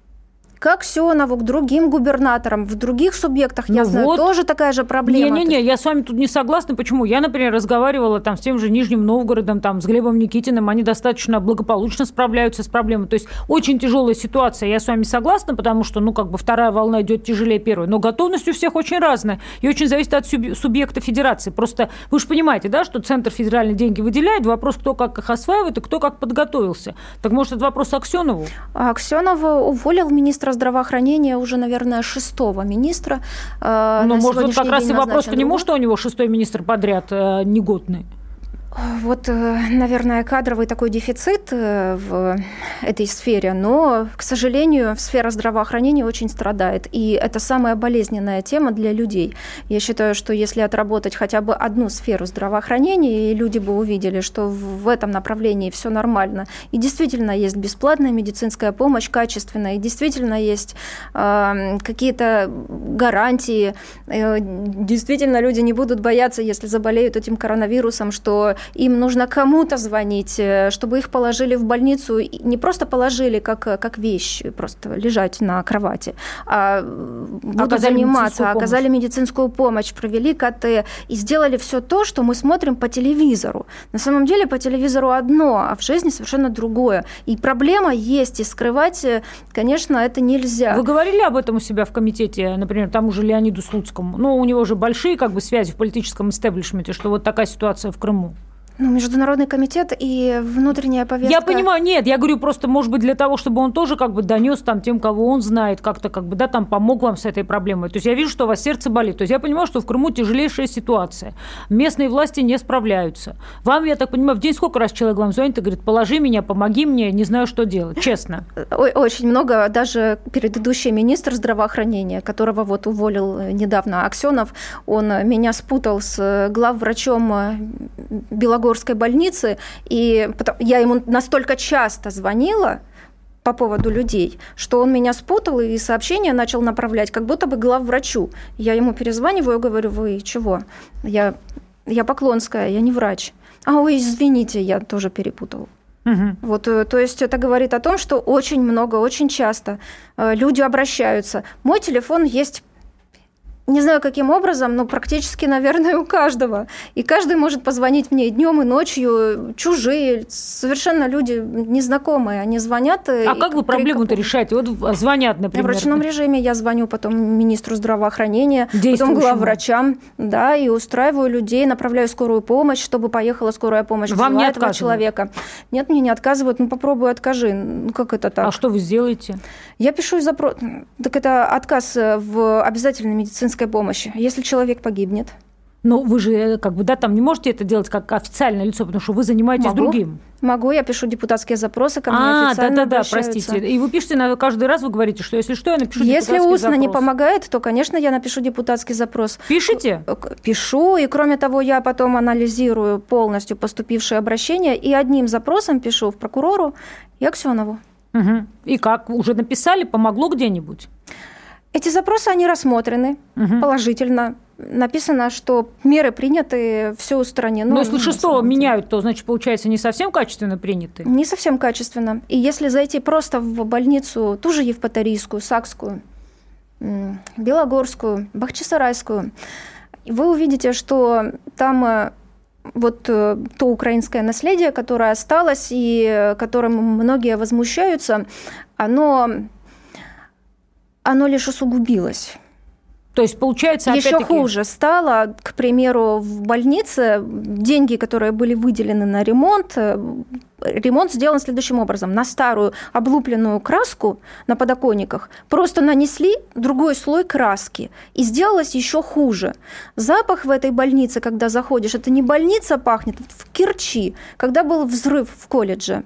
К Аксёнову, к другим губернаторам, в других субъектах, ну я знаю, вот. Тоже такая же проблема. Не-не-не, я с вами тут не согласна. Почему? Я, например, разговаривала там с тем же Нижним Новгородом, там, с Глебом Никитиным, они достаточно благополучно справляются с проблемой. То есть очень тяжелая ситуация, я с вами согласна, потому что, ну, как бы вторая волна идет тяжелее первой. Но готовность у всех очень разная и очень зависит от субъекта федерации. Просто вы же понимаете, да, что Центр федеральные деньги выделяет, вопрос, кто как их осваивает и кто как подготовился. Так может, это вопрос Аксёнову? А Аксёнова уволил министра здравоохранения уже, наверное, шестого министра. Э, ну, может, вот как раз и вопрос к нему, что у него шестой министр подряд э, негодный. Вот, наверное, кадровый такой дефицит в этой сфере, но, к сожалению, сфера здравоохранения очень страдает, и это самая болезненная тема для людей. Я считаю, что если отработать хотя бы одну сферу здравоохранения, и люди бы увидели, что в этом направлении все нормально, и действительно есть бесплатная медицинская помощь, качественная, и действительно есть э, какие-то гарантии, э, действительно люди не будут бояться, если заболеют этим коронавирусом, что им нужно кому-то звонить, чтобы их положили в больницу. Не просто положили как, как вещь, просто лежать на кровати, а будут оказали заниматься, оказали медицинскую помощь, провели ка тэ и сделали все то, что мы смотрим по телевизору. На самом деле по телевизору одно, а в жизни совершенно другое. И проблема есть, и скрывать, конечно, это нельзя. Вы говорили об этом у себя в комитете, например, тому же Леониду Слуцкому? Ну, у него же большие как бы связи в политическом истеблишменте, что вот такая ситуация в Крыму. Ну, Международный комитет и внутренняя повестка. Я понимаю, нет, я говорю просто, может быть, для того, чтобы он тоже как бы донес там тем, кого он знает, как-то как бы, да, там помог вам с этой проблемой. То есть я вижу, что у вас сердце болит. То есть я понимаю, что в Крыму тяжелейшая ситуация. Местные власти не справляются. Вам, я так понимаю, в день сколько раз человек вам звонит и говорит: положи меня, помоги мне, не знаю, что делать, честно. Очень много. Даже предыдущий министр здравоохранения, которого вот уволил недавно Аксенов, он меня спутал с главврачом Белогорской больницы, и я ему настолько часто звонила по поводу людей, что он меня спутал и сообщение начал направлять, как будто бы главврачу. Я ему перезваниваю и говорю: вы чего? Я, я Поклонская, я не врач. А, ой, извините, я тоже перепутал. Угу. Вот, то есть это говорит о том, что очень много, очень часто люди обращаются. Мой телефон есть, не знаю, каким образом, но практически, наверное, у каждого. И каждый может позвонить мне днем и ночью. Чужие, совершенно люди незнакомые. Они звонят. А как вы проблему-то решаете? Вот звонят, например. В ручном режиме я звоню потом министру здравоохранения, потом главврачам, да, и устраиваю людей, направляю скорую помощь, чтобы поехала скорая помощь. Вам не этого человека. Нет, мне не отказывают. Ну, попробуй откажи. Ну, как это так? А что вы сделаете? Я пишу запрос. Так это отказ в обязательной медицинской помощи, если человек погибнет. Но вы же, как бы, да, там не можете это делать как официальное лицо, потому что вы занимаетесь Могу. другим. Могу, я пишу депутатские запросы, ко мне а, официально да, да, да, обращаются. простите. И вы пишете, на каждый раз вы говорите, что если что, я напишу если депутатский запрос. Если устно не помогает, то, конечно, я напишу депутатский запрос. Пишите? Пишу, и кроме того, я потом анализирую полностью поступившие обращения, и одним запросом пишу в прокурору и Аксенову. Угу. И как? Уже написали? Помогло где-нибудь? Эти запросы, они рассмотрены угу. положительно. Написано, что меры приняты, все устранено. Но если шестого меняют, то, значит, получается, не совсем качественно приняты? Не совсем качественно. И если зайти просто в больницу, ту же Евпаторийскую, Сакскую, Белогорскую, Бахчисарайскую, вы увидите, что там вот то украинское наследие, которое осталось и которым многие возмущаются, оно... оно лишь усугубилось. То есть, получается, еще опять-таки... хуже стало, к примеру, в больнице деньги, которые были выделены на ремонт, ремонт сделан следующим образом. На старую облупленную краску на подоконниках просто нанесли другой слой краски, и сделалось еще хуже. Запах в этой больнице, когда заходишь, это не больница пахнет, в Керчи, когда был взрыв в колледже.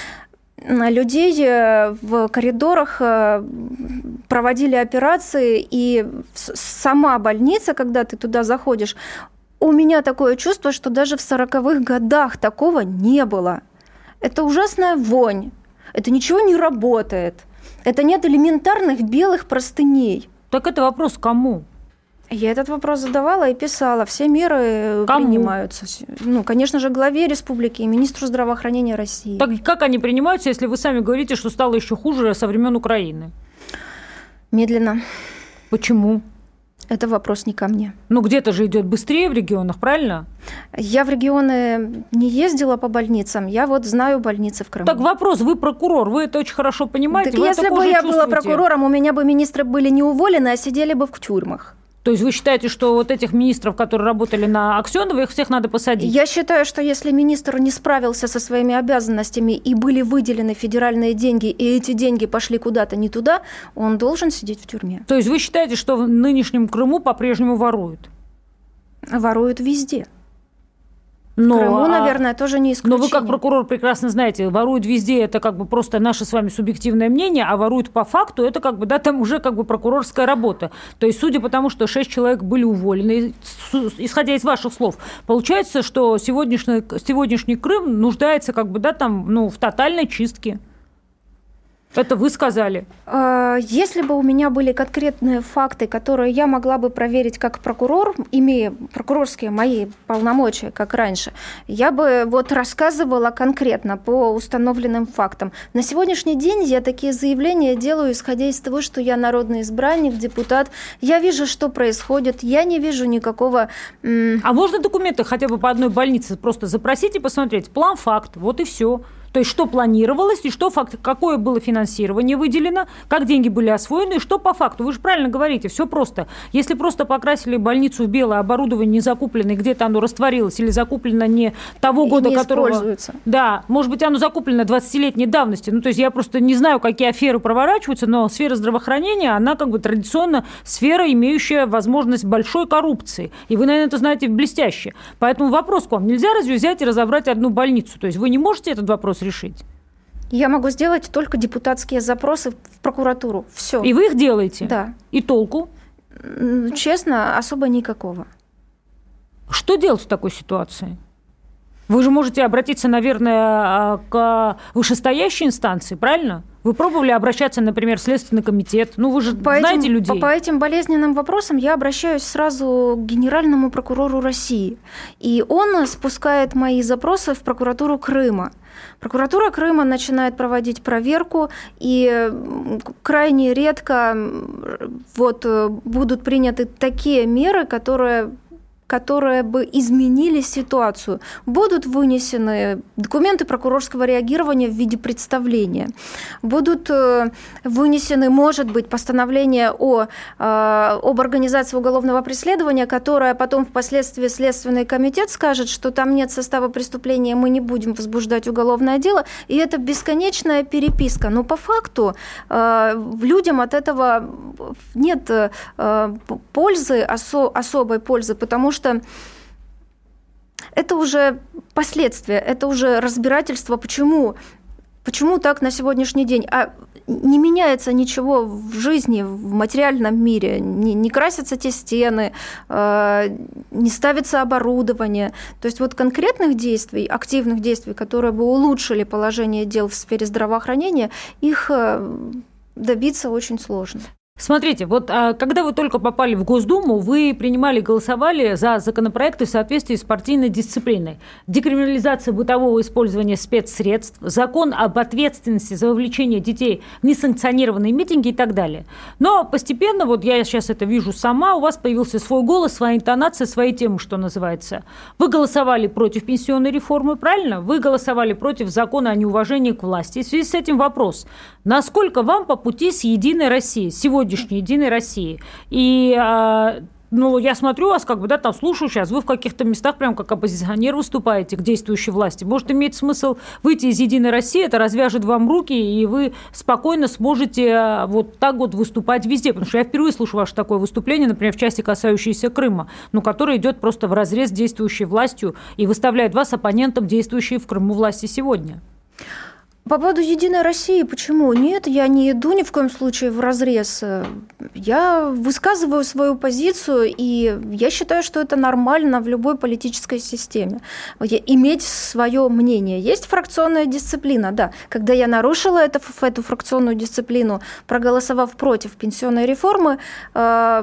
Людей в коридорах проводили операции, и сама больница, когда ты туда заходишь, у меня такое чувство, что даже в сороковых годах такого не было. Это ужасная вонь, это ничего не работает, это нет элементарных белых простыней. Так это вопрос кому? Я этот вопрос задавала и писала. Все меры Кому? принимаются. Ну, конечно же, главе республики и министру здравоохранения России. Так как они принимаются, если вы сами говорите, что стало еще хуже со времен Украины? Медленно. Почему? Это вопрос не ко мне. Ну, где-то же идет быстрее в регионах, правильно? Я в регионы не ездила по больницам, я вот знаю больницы в Крыму. Так вопрос, вы прокурор, вы это очень хорошо понимаете. Так если бы я была прокурором, у меня бы министры были не уволены, а сидели бы в тюрьмах. То есть вы считаете, что вот этих министров, которые работали на Аксёнова, их всех надо посадить? Я считаю, что если министр не справился со своими обязанностями и были выделены федеральные деньги, и эти деньги пошли куда-то не туда, он должен сидеть в тюрьме. То есть вы считаете, что в нынешнем Крыму по-прежнему воруют? Воруют везде. Но, в Крыму, наверное, тоже не исключение. Но вы как прокурор прекрасно знаете, воруют везде, это как бы просто наше с вами субъективное мнение, а воруют по факту, это как бы, да, там уже как бы прокурорская работа. То есть, судя по тому, что шесть человек были уволены, исходя из ваших слов, получается, что сегодняшний, сегодняшний Крым нуждается как бы, да, там, ну, в тотальной чистке. Это вы сказали. Если бы у меня были конкретные факты, которые я могла бы проверить как прокурор, имея прокурорские мои полномочия, как раньше, я бы вот рассказывала конкретно по установленным фактам. На сегодняшний день я такие заявления делаю, исходя из того, что я народный избранник, депутат. Я вижу, что происходит, я не вижу никакого... А можно документы хотя бы по одной больнице просто запросить и посмотреть? План, факт, вот и все. То есть что планировалось, и что факт, какое было финансирование выделено, как деньги были освоены, и что по факту. Вы же правильно говорите, все просто. Если просто покрасили больницу в белое, оборудование не закупленное, где-то оно растворилось или закуплено не того года, не которого... используется. Да, может быть, оно закуплено двадцатилетней давности. Ну, то есть я просто не знаю, какие аферы проворачиваются, но сфера здравоохранения, она как бы традиционно сфера, имеющая возможность большой коррупции. И вы, наверное, это знаете блестяще. Поэтому вопрос к вам. Нельзя разве взять и разобрать одну больницу? То есть вы не можете этот вопрос решить? Я могу сделать только депутатские запросы в прокуратуру. Все. И вы их делаете? Да. И толку? Честно, особо никакого. Что делать в такой ситуации? Вы же можете обратиться, наверное, к вышестоящей инстанции, правильно? Вы пробовали обращаться, например, в Следственный комитет? Ну, вы же по знаете этим, людей. По, по этим болезненным вопросам я обращаюсь сразу к генеральному прокурору России. И он спускает мои запросы в прокуратуру Крыма. Прокуратура Крыма начинает проводить проверку, и крайне редко вот, будут приняты такие меры, которые... которые бы изменили ситуацию. Будут вынесены документы прокурорского реагирования в виде представления. Будут вынесены, может быть, постановление о, об организации уголовного преследования, которое потом впоследствии Следственный комитет скажет, что там нет состава преступления, мы не будем возбуждать уголовное дело. И это бесконечная переписка. Но по факту людям от этого нет пользы, особой пользы, потому что что это уже последствия, это уже разбирательство, почему, почему так на сегодняшний день. А не меняется ничего в жизни, в материальном мире, не, не красятся те стены, э, не ставится оборудование. То есть вот конкретных действий, активных действий, которые бы улучшили положение дел в сфере здравоохранения, их добиться очень сложно. Смотрите, вот когда вы только попали в Госдуму, вы принимали, голосовали за законопроекты в соответствии с партийной дисциплиной. Декриминализация бытового использования спецсредств, закон об ответственности за вовлечение детей в несанкционированные митинги и так далее. Но постепенно, вот я сейчас это вижу сама, у вас появился свой голос, своя интонация, свои темы, что называется. Вы голосовали против пенсионной реформы, правильно? Вы голосовали против закона о неуважении к власти. И в связи с этим вопрос. Насколько вам по пути с «Единой Россией», сегодняшней «Единой России»? И, ну, я смотрю вас, как бы, да, там слушаю сейчас, вы в каких-то местах прям как оппозиционер выступаете к действующей власти. Может, имеет смысл выйти из «Единой России», это развяжет вам руки, и вы спокойно сможете вот так вот выступать везде. Потому что я впервые слышу ваше такое выступление, например, в части, касающейся Крыма, ну, которое идет просто вразрез с действующей властью и выставляет вас оппонентом действующей в Крыму власти сегодня. По поводу «Единой России» почему? Нет, я не иду ни в коем случае вразрез. Я высказываю свою позицию, и я считаю, что это нормально в любой политической системе. Иметь свое мнение. Есть фракционная дисциплина, да. Когда я нарушила это, эту фракционную дисциплину, проголосовав против пенсионной реформы, э,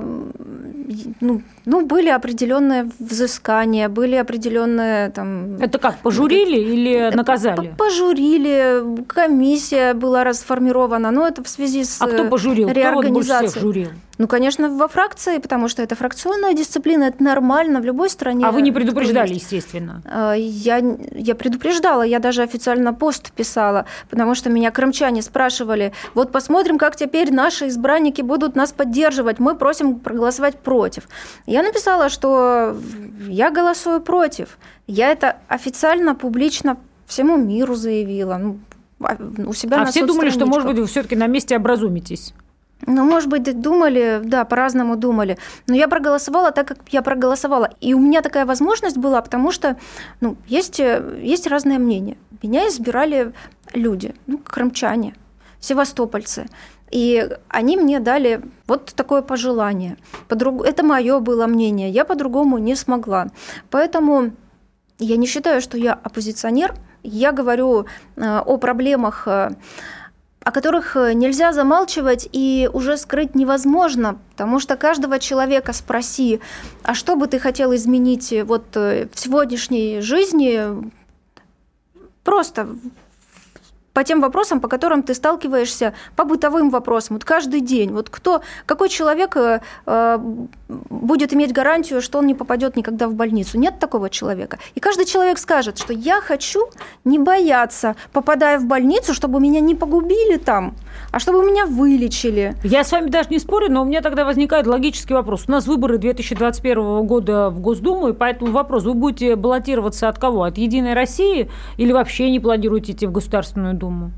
ну, ну, были определенные взыскания, были определенные там... Это как, пожурили или наказали? Пожурили. Комиссия была расформирована, но это в связи с реорганизацией. А кто пожурил? Кто вот больше всех журил? Ну, конечно, во фракции, потому что это фракционная дисциплина, это нормально в любой стране. А вы не предупреждали, естественно? Я, я предупреждала, я даже официально пост писала, потому что меня крымчане спрашивали, вот посмотрим, как теперь наши избранники будут нас поддерживать, мы просим проголосовать против. Я написала, что я голосую против. Я это официально, публично всему миру заявила. Ну, у себя а на все думали, что, может быть, вы все-таки на месте образумитесь? Ну, может быть, думали, да, по-разному думали. Но я проголосовала так, как я проголосовала. И у меня такая возможность была, потому что ну, есть, есть разные мнения. Меня избирали люди, ну, крымчане, севастопольцы. И они мне дали вот такое пожелание. По-друг... Это мое было мнение, я по-другому не смогла. Поэтому я не считаю, что я оппозиционер. Я говорю о проблемах, о которых нельзя замалчивать и уже скрыть невозможно, потому что каждого человека спроси, а что бы ты хотел изменить вот в сегодняшней жизни, просто по тем вопросам, по которым ты сталкиваешься, по бытовым вопросам, вот каждый день. Вот кто, какой человек э, будет иметь гарантию, что он не попадет никогда в больницу? Нет такого человека. И каждый человек скажет, что я хочу не бояться, попадая в больницу, чтобы меня не погубили там, а чтобы меня вылечили. Я с вами даже не спорю, но у меня тогда возникает логический вопрос. У нас выборы две тысячи двадцать первого года в Госдуму, и поэтому вопрос, вы будете баллотироваться от кого? От «Единой России» или вообще не планируете идти в Государственную Думу?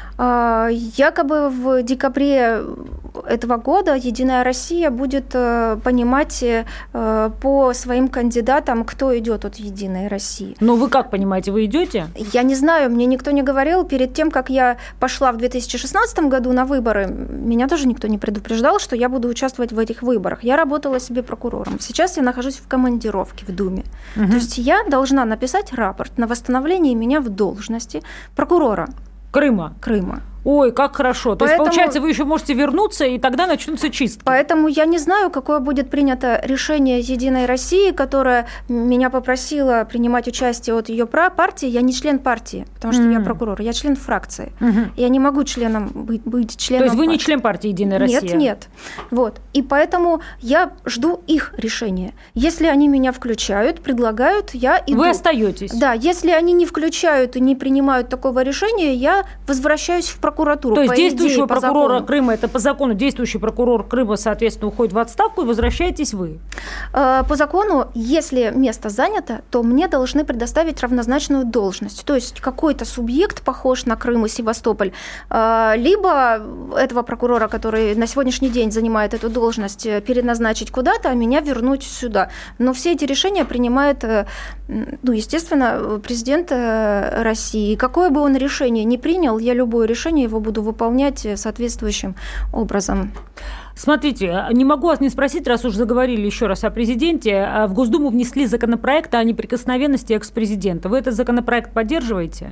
Якобы в декабре этого года «Единая Россия» будет понимать по своим кандидатам, кто идет от «Единой России». Но вы как понимаете, вы идете? Я не знаю, мне никто не говорил. Перед тем, как я пошла в две тысячи шестнадцатом году на выборы, меня тоже никто не предупреждал, что я буду участвовать в этих выборах. Я работала себе прокурором. Сейчас я нахожусь в командировке в Думе. Угу. То есть я должна написать рапорт на восстановление меня в должности прокурора. Крыма. Крыма. Ой, как хорошо. То Поэтому... есть, получается, вы еще можете вернуться, и тогда начнутся чистки. Поэтому я не знаю, какое будет принято решение «Единой России», которая меня попросила принимать участие от ее партии. Я не член партии, потому что mm-hmm. я прокурор, я член фракции. Mm-hmm. Я не могу членом быть, быть членом. То есть вы партии. не член партии «Единая Россия»? Нет, нет. Вот. И поэтому я жду их решения. Если они меня включают, предлагают, я иду. Вы остаетесь? Да. Если они не включают и не принимают такого решения, я возвращаюсь в прокуратуру. То есть действующего идее, прокурора закону. Крыма, это по закону, действующий прокурор Крыма, соответственно, уходит в отставку, и возвращаетесь вы? По закону, если место занято, то мне должны предоставить равнозначную должность. То есть какой-то субъект, похож на Крым и Севастополь, либо этого прокурора, который на сегодняшний день занимает эту должность, переназначить куда-то, а меня вернуть сюда. Но все эти решения принимает, ну, естественно, президент России. Какое бы он решение ни принял, я любое решение его буду выполнять соответствующим образом. Смотрите, не могу вас не спросить, раз уж заговорили еще раз о президенте. В Госдуму внесли законопроект о неприкосновенности экс-президента. Вы этот законопроект поддерживаете?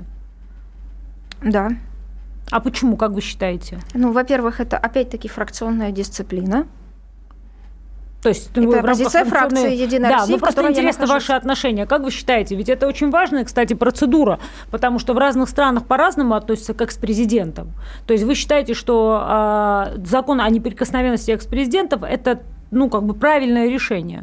Да. А почему, как вы считаете? Ну, во-первых, это опять-таки фракционная дисциплина. То есть, это ну, позиция фракции «Единая да, Россия», ну, просто интересно ваши отношения. Как вы считаете? Ведь это очень важная, кстати, процедура, потому что в разных странах по-разному относятся к экс-президентам. То есть вы считаете, что э, закон о неприкосновенности экс-президентов – это, ну, как бы правильное решение?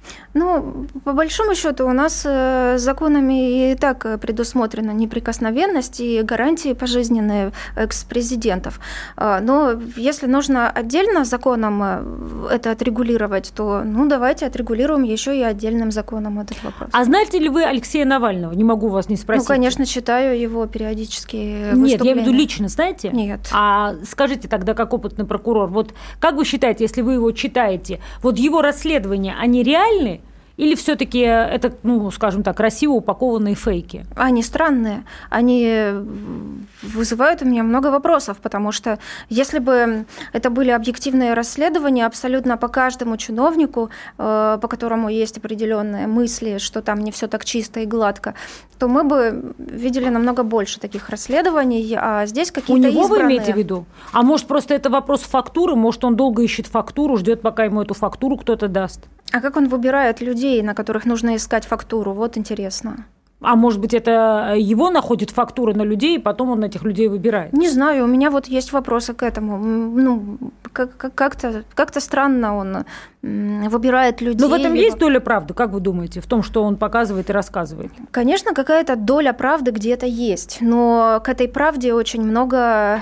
Ну, по большому счету, у нас законами и так предусмотрена неприкосновенность и гарантии пожизненные экс-президентов. Но если нужно отдельно законом это отрегулировать, то, ну, давайте отрегулируем еще и отдельным законом этот вопрос. А знаете ли вы Алексея Навального? Не могу вас не спросить. Ну, конечно, читаю его периодические выступления. Нет, я имею в виду лично, знаете? Нет. А скажите тогда, как опытный прокурор, вот как вы считаете, если вы его читаете, вот его расследования, они реальны? Или все-таки это, ну, скажем так, красиво упакованные фейки? Они странные. Они вызывают у меня много вопросов, потому что если бы это были объективные расследования абсолютно по каждому чиновнику, по которому есть определенные мысли, что там не все так чисто и гладко, то мы бы видели намного больше таких расследований, а здесь какие-то избранные. У него избранные... вы имеете в виду? А может, просто это вопрос фактуры? Может, он долго ищет фактуру, ждет, пока ему эту фактуру кто-то даст? А как он выбирает людей, на которых нужно искать фактуру? Вот интересно. А может быть, это его находит фактуры на людей, и потом он этих людей выбирает? Не знаю, у меня вот есть вопросы к этому. Ну, как-то, как-то странно он выбирает людей. Но в этом либо... есть доля правды, как вы думаете, в том, что он показывает и рассказывает? Конечно, какая-то доля правды где-то есть, но к этой правде очень много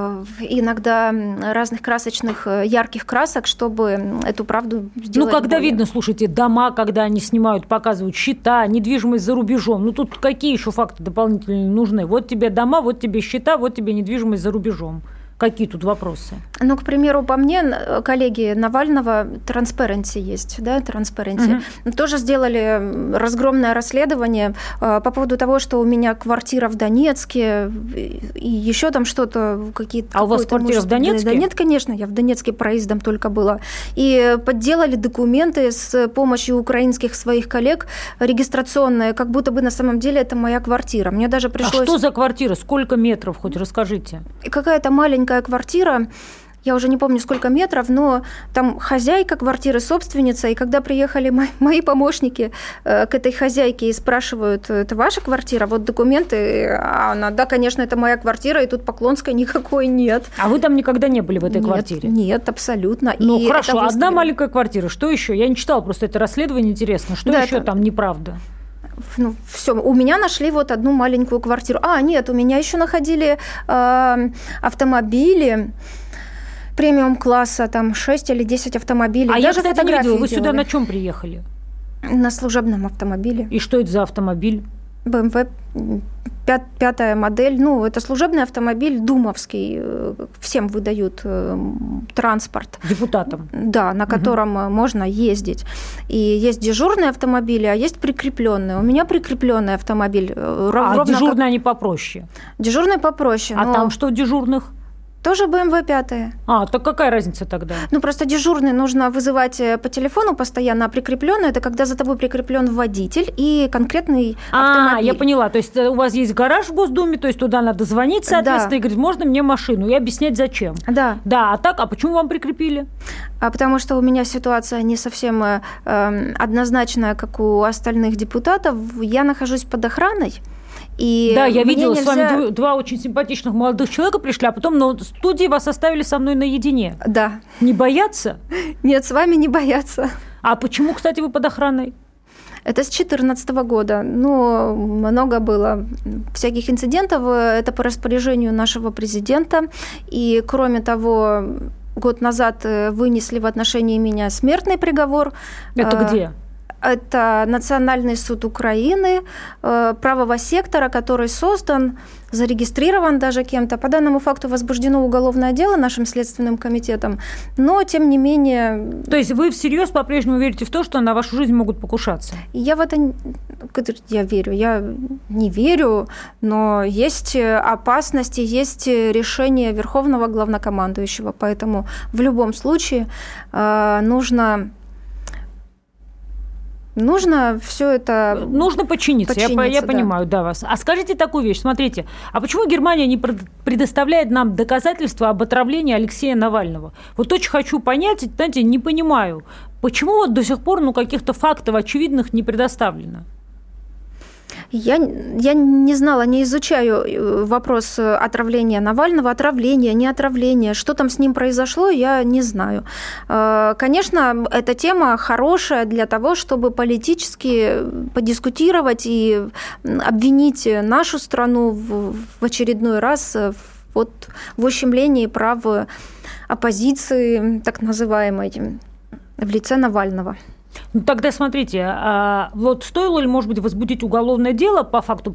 иногда разных красочных, ярких красок, чтобы эту правду сделать. Ну, когда более... видно, слушайте, дома, когда они снимают, показывают счета, недвижимость за рубежом, ну, тут какие еще факты дополнительные нужны? Вот тебе дома, вот тебе счета, вот тебе недвижимость за рубежом. Какие тут вопросы? Ну, к примеру, по мне, коллеги Навального, Transparency есть, да, Transparency, угу. тоже сделали разгромное расследование по поводу того, что у меня квартира в Донецке и еще там что-то, какие-то... А у вас квартира в Донецке? Да нет, конечно, я в Донецке проездом только была. И подделали документы с помощью украинских своих коллег, регистрационные, как будто бы на самом деле это моя квартира. Мне даже пришлось... А что за квартира? Сколько метров, хоть расскажите? Какая-то маленькая квартира, я уже не помню, сколько метров, но там хозяйка квартиры, собственница, и когда приехали мои, мои помощники э, к этой хозяйке и спрашивают, это ваша квартира, вот документы, а она, да, конечно, это моя квартира, и тут Поклонской никакой нет. А вы там никогда не были в этой нет, квартире? Нет, абсолютно. Ну, и хорошо, одна маленькая квартира, что еще? Я не читала просто это расследование, интересно, что да, еще это... там неправда? Ну, все, у меня нашли вот одну маленькую квартиру. А, нет, у меня еще находили э, автомобили премиум-класса, там шесть или десять автомобилей. А даже я, кстати, не видела. Вы делали. сюда на чем приехали? На служебном автомобиле. И что это за автомобиль? бэ эм вэ пятая модель. Ну, это служебный автомобиль думовский. Всем выдают транспорт. Депутатам? Да, на котором угу. можно ездить. И есть дежурные автомобили, а есть прикрепленные. У меня прикрепленный автомобиль. А дежурные как... они попроще? Дежурные попроще. А но... там что дежурных? Тоже бэ эм вэ пятая. А, так какая разница тогда? Ну, просто дежурный нужно вызывать по телефону постоянно, а прикрепленный – это когда за тобой прикреплен водитель и конкретный автомобиль. А, я поняла. То есть у вас есть гараж в Госдуме, то есть туда надо звонить, соответственно, да. и говорить, можно мне машину, и объяснять, зачем. Да. Да, а так, а почему вам прикрепили? А потому что у меня ситуация не совсем э, однозначная, как у остальных депутатов. Я нахожусь под охраной. И да, я видела, нельзя... с вами два очень симпатичных молодых человека пришли, а потом на студии вас оставили со мной наедине. Да. Не боятся? Нет, с вами не боятся. А почему, кстати, вы под охраной? Это с две тысячи четырнадцатого года. Ну, много было всяких инцидентов. Это по распоряжению нашего президента. И, кроме того, год назад вынесли в отношении меня смертный приговор. Это где? Это Национальный суд Украины, правого сектора, который создан, зарегистрирован даже кем-то. По данному факту возбуждено уголовное дело нашим следственным комитетом, но, тем не менее... То есть вы всерьез по-прежнему верите в то, что на вашу жизнь могут покушаться? Я в это... Я верю. Я не верю, но есть опасности, есть решение Верховного главнокомандующего, поэтому в любом случае нужно... Нужно все это... Нужно подчиниться, подчиниться я, я да. понимаю, да, вас. А скажите такую вещь, смотрите, а почему Германия не предоставляет нам доказательства об отравлении Алексея Навального? Вот очень хочу понять, знаете, не понимаю, почему вот до сих пор ну, каких-то фактов очевидных не предоставлено? Я, я не знала, не изучаю вопрос отравления Навального, отравления, не отравления, что там с ним произошло, я не знаю. Конечно, эта тема хорошая для того, чтобы политически подискутировать и обвинить нашу страну в, в очередной раз вот, в ущемлении прав оппозиции, так называемой, в лице Навального. Ну, тогда смотрите, а вот стоило ли, может быть, возбудить уголовное дело по факту,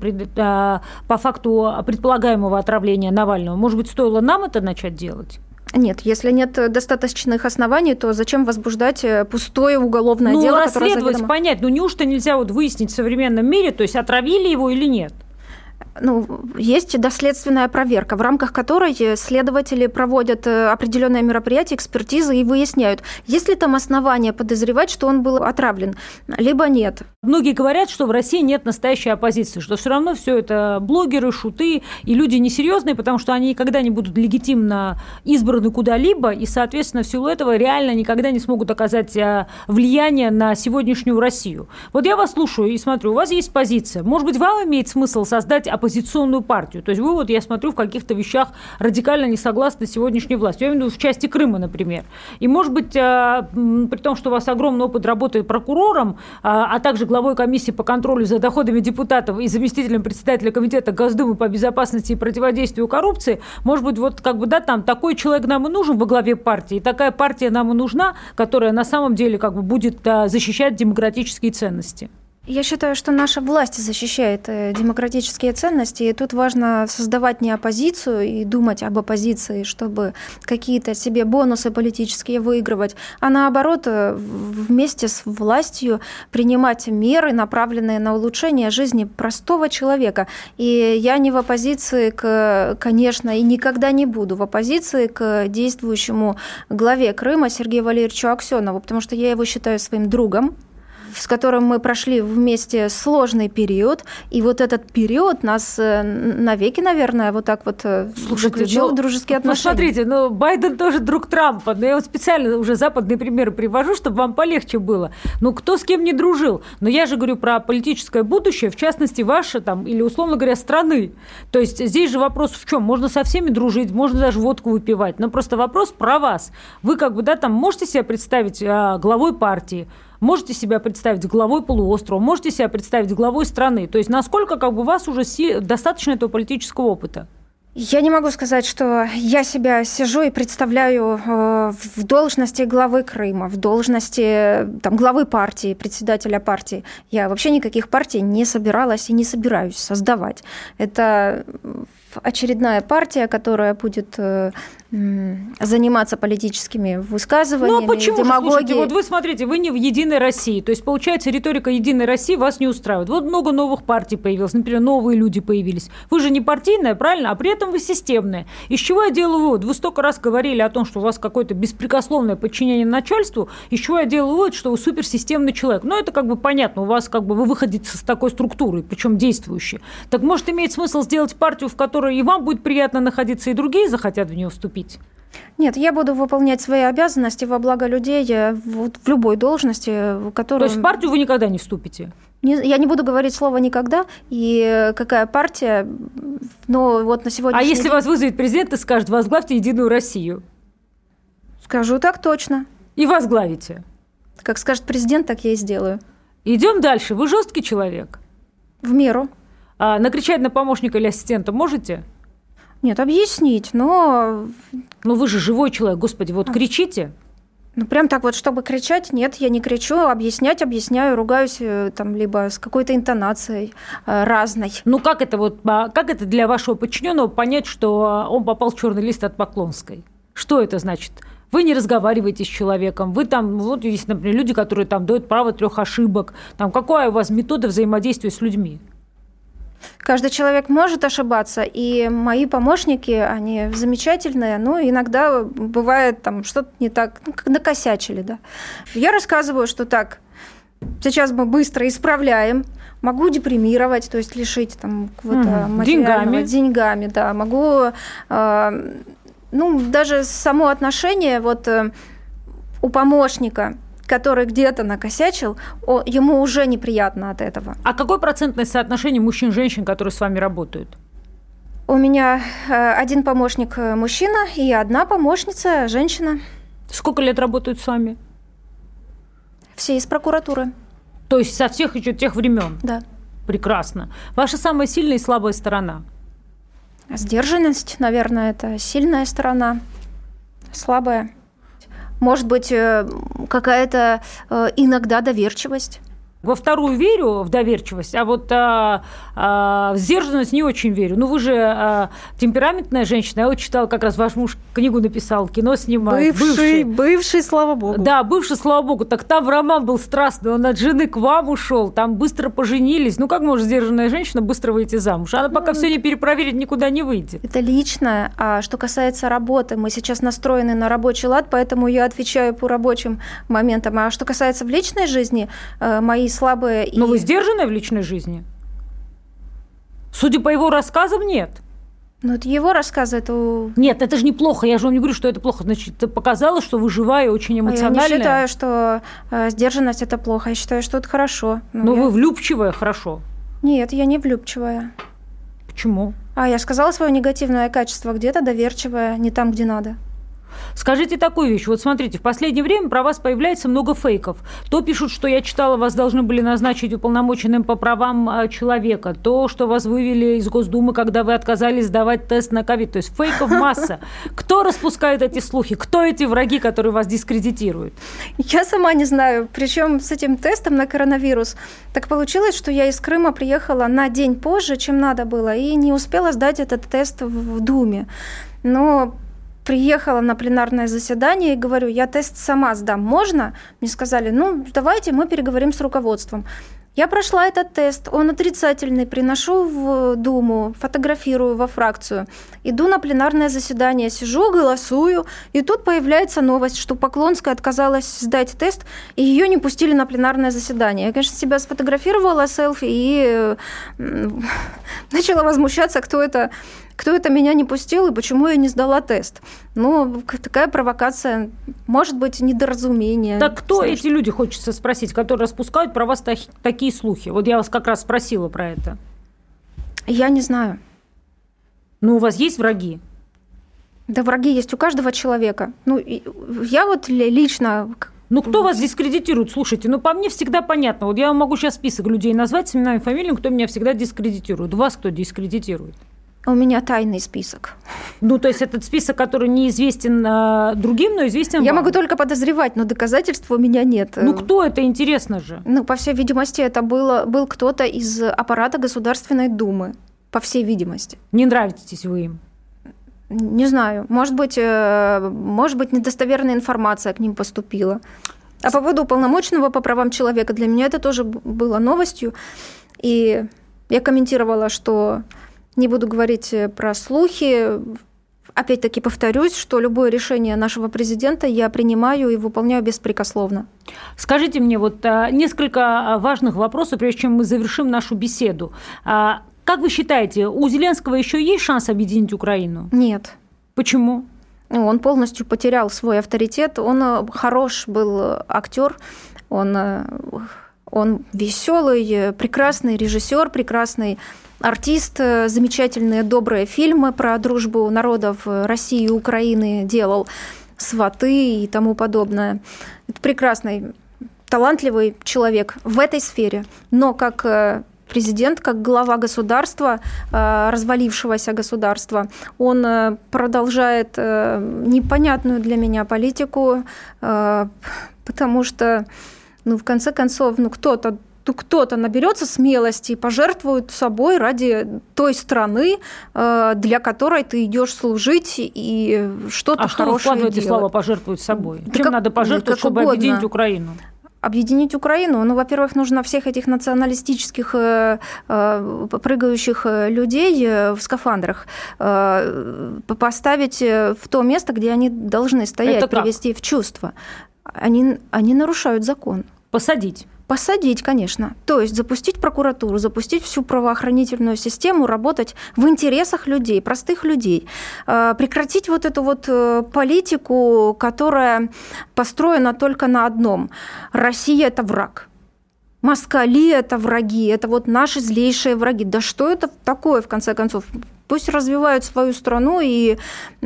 по факту предполагаемого отравления Навального? Может быть, стоило нам это начать делать? Нет, если нет достаточных оснований, то зачем возбуждать пустое уголовное ну, дело, которое заведомо... расследовать, понять, ну неужто нельзя вот выяснить в современном мире, то есть отравили его или нет? Ну, есть доследственная проверка, в рамках которой следователи проводят определенные мероприятия, экспертизы и выясняют, есть ли там основания подозревать, что он был отравлен, либо нет. Многие говорят, что в России нет настоящей оппозиции, что все равно все это блогеры, шуты и люди несерьезные, потому что они никогда не будут легитимно избраны куда-либо, и, соответственно, в силу этого реально никогда не смогут оказать влияние на сегодняшнюю Россию. Вот я вас слушаю и смотрю, у вас есть позиция. Может быть, вам имеет смысл создать оппозиционную партию? То есть вы, вот я смотрю, в каких-то вещах радикально не согласны с сегодняшней властью. Я имею в виду в части Крыма, например. И, может быть, при том, что у вас огромный опыт работы прокурором, а также главой комиссии по контролю за доходами депутатов и заместителем председателя комитета Госдумы по безопасности и противодействию коррупции, может быть, вот как бы, да, там такой человек нам и нужен во главе партии, и такая партия нам и нужна, которая на самом деле как бы будет защищать демократические ценности. Я считаю, что наша власть защищает демократические ценности, и тут важно создавать не оппозицию и думать об оппозиции, чтобы какие-то себе бонусы политические выигрывать, а наоборот, вместе с властью принимать меры, направленные на улучшение жизни простого человека. И я не в оппозиции, к, конечно, и никогда не буду в оппозиции к действующему главе Крыма Сергею Валерьевичу Аксенову, потому что я его считаю своим другом. с которым мы прошли вместе сложный период, и вот этот период нас навеки, наверное, вот так вот заключил ну, в дружеские отношения. Ну, смотрите, ну, Байден тоже друг Трампа, но я вот специально уже западные примеры привожу, чтобы вам полегче было. Ну, кто с кем не дружил? Но я же говорю про политическое будущее, в частности, ваше там, или, условно говоря, страны. То есть здесь же вопрос в чем? Можно со всеми дружить, можно даже водку выпивать, но просто вопрос про вас. Вы как бы, да, там можете себя представить а, главой партии, можете себя представить главой полуострова, можете себя представить главой страны. То есть насколько как бы у вас уже си- достаточно этого политического опыта? Я не могу сказать, что я себя сижу и представляю э, в должности главы Крыма, в должности там, главы партии, председателя партии. Я вообще никаких партий не собиралась и не собираюсь создавать. Это очередная партия, которая будет э, заниматься политическими высказываниями, ну, а почему демагогией. Же, слушайте, вот вы смотрите, вы не в «Единой России». То есть, получается, риторика «Единой России» вас не устраивает. Вот много новых партий появилось, например, новые люди появились. Вы же не партийная, правильно? А при этом вы системная. Из чего я делаю вывод? Вы столько раз говорили о том, что у вас какое-то беспрекословное подчинение начальству. Из чего я делаю вывод, что вы суперсистемный человек? Ну, это как бы понятно. У вас как бы вы выходите с такой структурой, причем действующей. Так может иметь смысл сделать партию, в которой и вам будет приятно находиться, и другие захотят в нее вступить? Нет, я буду выполнять свои обязанности во благо людей в, в любой должности, в которой... То есть в партию вы никогда не вступите? Не, я не буду говорить слово «никогда», и какая партия, но вот на сегодняшний А если день... вас вызовет президент и скажет, возглавьте «Единую Россию»? Скажу так точно. И возглавите? Как скажет президент, так я и сделаю. Идем дальше. Вы жесткий человек? В меру. А накричать на помощника или ассистента можете? Нет, объяснить, но... Ну вы же живой человек, господи, вот а. кричите. Ну прям так вот, чтобы кричать, нет, я не кричу, объяснять объясняю, ругаюсь там либо с какой-то интонацией э, разной. Ну как это вот, как это для вашего подчиненного понять, что он попал в черный лист от Поклонской? Что это значит? Вы не разговариваете с человеком, вы там, вот есть, например, люди, которые там дают право трех ошибок. Там, какая у вас метода взаимодействия с людьми? Каждый человек может ошибаться, и мои помощники, они замечательные, но иногда бывает там что-то не так, ну, накосячили, да. Я рассказываю, что так, сейчас мы быстро исправляем, могу депримировать, то есть лишить там какого-то mm-hmm. материального, деньгами. деньгами, да, могу, э, ну, даже само отношение вот э, у помощника, который где-то накосячил, ему уже неприятно от этого. А какое процентное соотношение мужчин-женщин, которые с вами работают? У меня один помощник мужчина и одна помощница женщина. Сколько лет работают с вами? Все из прокуратуры. То есть со всех еще тех времен? Да. Прекрасно. Ваша самая сильная и слабая сторона? Сдержанность, наверное, это сильная сторона, слабая. Может быть, какая-то иногда доверчивость. Во вторую верю, в доверчивость, а вот а, а, в сдержанность не очень верю. Ну, вы же а, темпераментная женщина. Я вот читала, как раз ваш муж книгу написал, кино снимает. Бывший, бывший, бывший, слава богу. Да, бывший, слава богу. Так там роман был страстный, он от жены к вам ушел, там быстро поженились. Ну, как может сдержанная женщина быстро выйти замуж? Она пока ну, все не перепроверит, никуда не выйдет. Это личное. А что касается работы, мы сейчас настроены на рабочий лад, поэтому я отвечаю по рабочим моментам. А что касается в личной жизни, мои слабые. Но и... вы сдержанная в личной жизни? Судя по его рассказам, нет. Ну, это его рассказы, это... Нет, это же неплохо, я же вам не говорю, что это плохо. Значит, это показало, что вы живая, очень эмоциональная. Я не считаю, что э, сдержанность – это плохо, я считаю, что это хорошо. Но ну, я... вы влюбчивая, хорошо. Нет, я не влюбчивая. Почему? А, я сказала свое негативное качество, где-то доверчивая, не там, где надо. Скажите такую вещь. Вот смотрите, в последнее время про вас появляется много фейков. То пишут, что я читала, вас должны были назначить уполномоченным по правам человека. То, что вас вывели из Госдумы, когда вы отказались сдавать тест на ковид. То есть фейков масса. Кто распускает эти слухи? Кто эти враги, которые вас дискредитируют? Я сама не знаю. Причем с этим тестом на коронавирус так получилось, что я из Крыма приехала на день позже, чем надо было, и не успела сдать этот тест в Думе. Но приехала на пленарное заседание и говорю, я тест сама сдам, можно? Мне сказали, ну, давайте мы переговорим с руководством. Я прошла этот тест, он отрицательный, приношу в Думу, фотографирую во фракцию, иду на пленарное заседание, сижу, голосую, и тут появляется новость, что Поклонская отказалась сдать тест, и ее не пустили на пленарное заседание. Я, конечно, себя сфотографировала, селфи, и начала возмущаться, кто это... Кто это меня не пустил и почему я не сдала тест? Ну, такая провокация, может быть, недоразумение. Так кто Слышь? Эти люди, хочется спросить, которые распускают про вас та- такие слухи? Вот я вас как раз спросила про это. Я не знаю. Ну, у вас есть враги? Да, враги есть у каждого человека. Ну, я вот лично... Ну, кто вас дискредитирует? Слушайте, ну, по мне всегда понятно. Вот я вам могу сейчас список людей назвать с именами и фамилиями, кто меня всегда дискредитирует. Вас кто дискредитирует? У меня тайный список. Ну, то есть этот список, который неизвестен а, другим, но известен Я вам? могу только подозревать, но доказательств у меня нет. Ну, кто это, интересно же? Ну, по всей видимости, это было, был кто-то из аппарата Государственной Думы. По всей видимости. Не нравитесь вы им? Не знаю. Может быть, может быть, недостоверная информация к ним поступила. А по поводу уполномоченного по правам человека, для меня это тоже было новостью. И я комментировала, что... Не буду говорить про слухи. Опять-таки повторюсь, что любое решение нашего президента я принимаю и выполняю беспрекословно. Скажите мне вот несколько важных вопросов, прежде чем мы завершим нашу беседу. Как вы считаете, у Зеленского еще есть шанс объединить Украину? Нет. Почему? Он полностью потерял свой авторитет. Он хорош был актер, он, он веселый, прекрасный режиссер, прекрасный артист, замечательные добрые фильмы про дружбу народов России и Украины делал, «Сваты» и тому подобное. Это прекрасный, талантливый человек в этой сфере. Но как президент, как глава государства, развалившегося государства, он продолжает непонятную для меня политику, потому что, ну, в конце концов, ну, кто-то кто-то наберется смелости и пожертвует собой ради той страны, для которой ты идешь служить и что-то а что хорошее вы вкладываете делать. Слова «пожертвовать собой»? Да Чем как, надо пожертвовать, чтобы угодно. Объединить Украину? Объединить Украину? Ну, во-первых, нужно всех этих националистических э, э, прыгающих людей в скафандрах э, поставить в то место, где они должны стоять, привести в чувство. Они, они нарушают закон. Посадить? Посадить, конечно. То есть запустить прокуратуру, запустить всю правоохранительную систему, работать в интересах людей, простых людей. Прекратить вот эту вот политику, которая построена только на одном. Россия – это враг. Москали – это враги, это вот наши злейшие враги. Да что это такое, в конце концов? Пусть развивают свою страну, и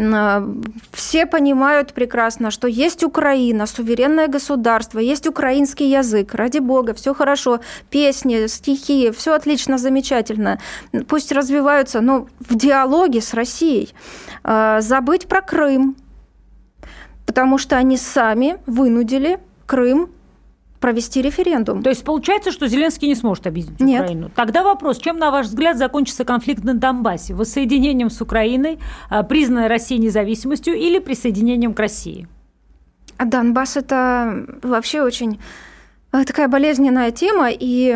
все понимают прекрасно, что есть Украина, суверенное государство, есть украинский язык, ради бога, все хорошо, песни, стихи, все отлично, замечательно. Пусть развиваются, но в диалоге с Россией. Забыть про Крым, потому что они сами вынудили Крым провести референдум. То есть получается, что Зеленский не сможет объединить Нет. Украину. Тогда вопрос, чем, на ваш взгляд, закончится конфликт на Донбассе? Воссоединением с Украиной, признанной Россией независимостью, или присоединением к России? А Донбасс – это вообще очень такая болезненная тема, и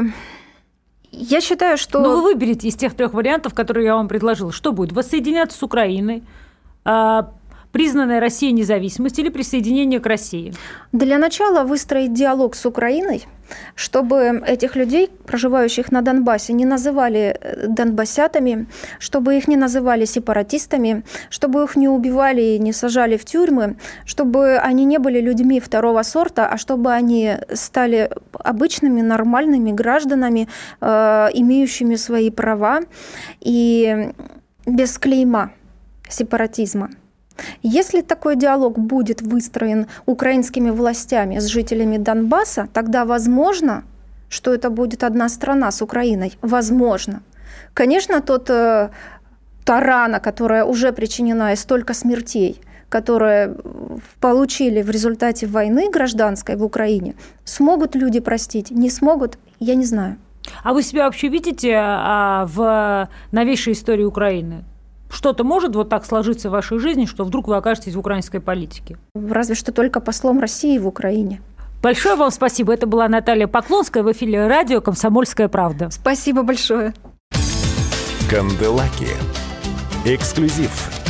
я считаю, что... Но вы выберете из тех трех вариантов, которые я вам предложила. Что будет? Воссоединяться с Украиной, признанная Россией независимость или присоединение к России? Для начала выстроить диалог с Украиной, чтобы этих людей, проживающих на Донбассе, не называли донбассятами, чтобы их не называли сепаратистами, чтобы их не убивали и не сажали в тюрьмы, чтобы они не были людьми второго сорта, а чтобы они стали обычными, нормальными гражданами, э, имеющими свои права и без клейма сепаратизма. Если такой диалог будет выстроен украинскими властями с жителями Донбасса, тогда возможно, что это будет одна страна с Украиной. Возможно. Конечно, тот, э, та рана, которая уже причинена, и столько смертей, которые получили в результате войны гражданской в Украине, смогут люди простить, не смогут, я не знаю. А вы себя вообще видите а, в новейшей истории Украины? Что-то может вот так сложиться в вашей жизни, что вдруг вы окажетесь в украинской политике? Разве что только послом России в Украине. Большое вам спасибо. Это была Наталья Поклонская в эфире радио «Комсомольская правда». Спасибо большое. Канделаки. Эксклюзив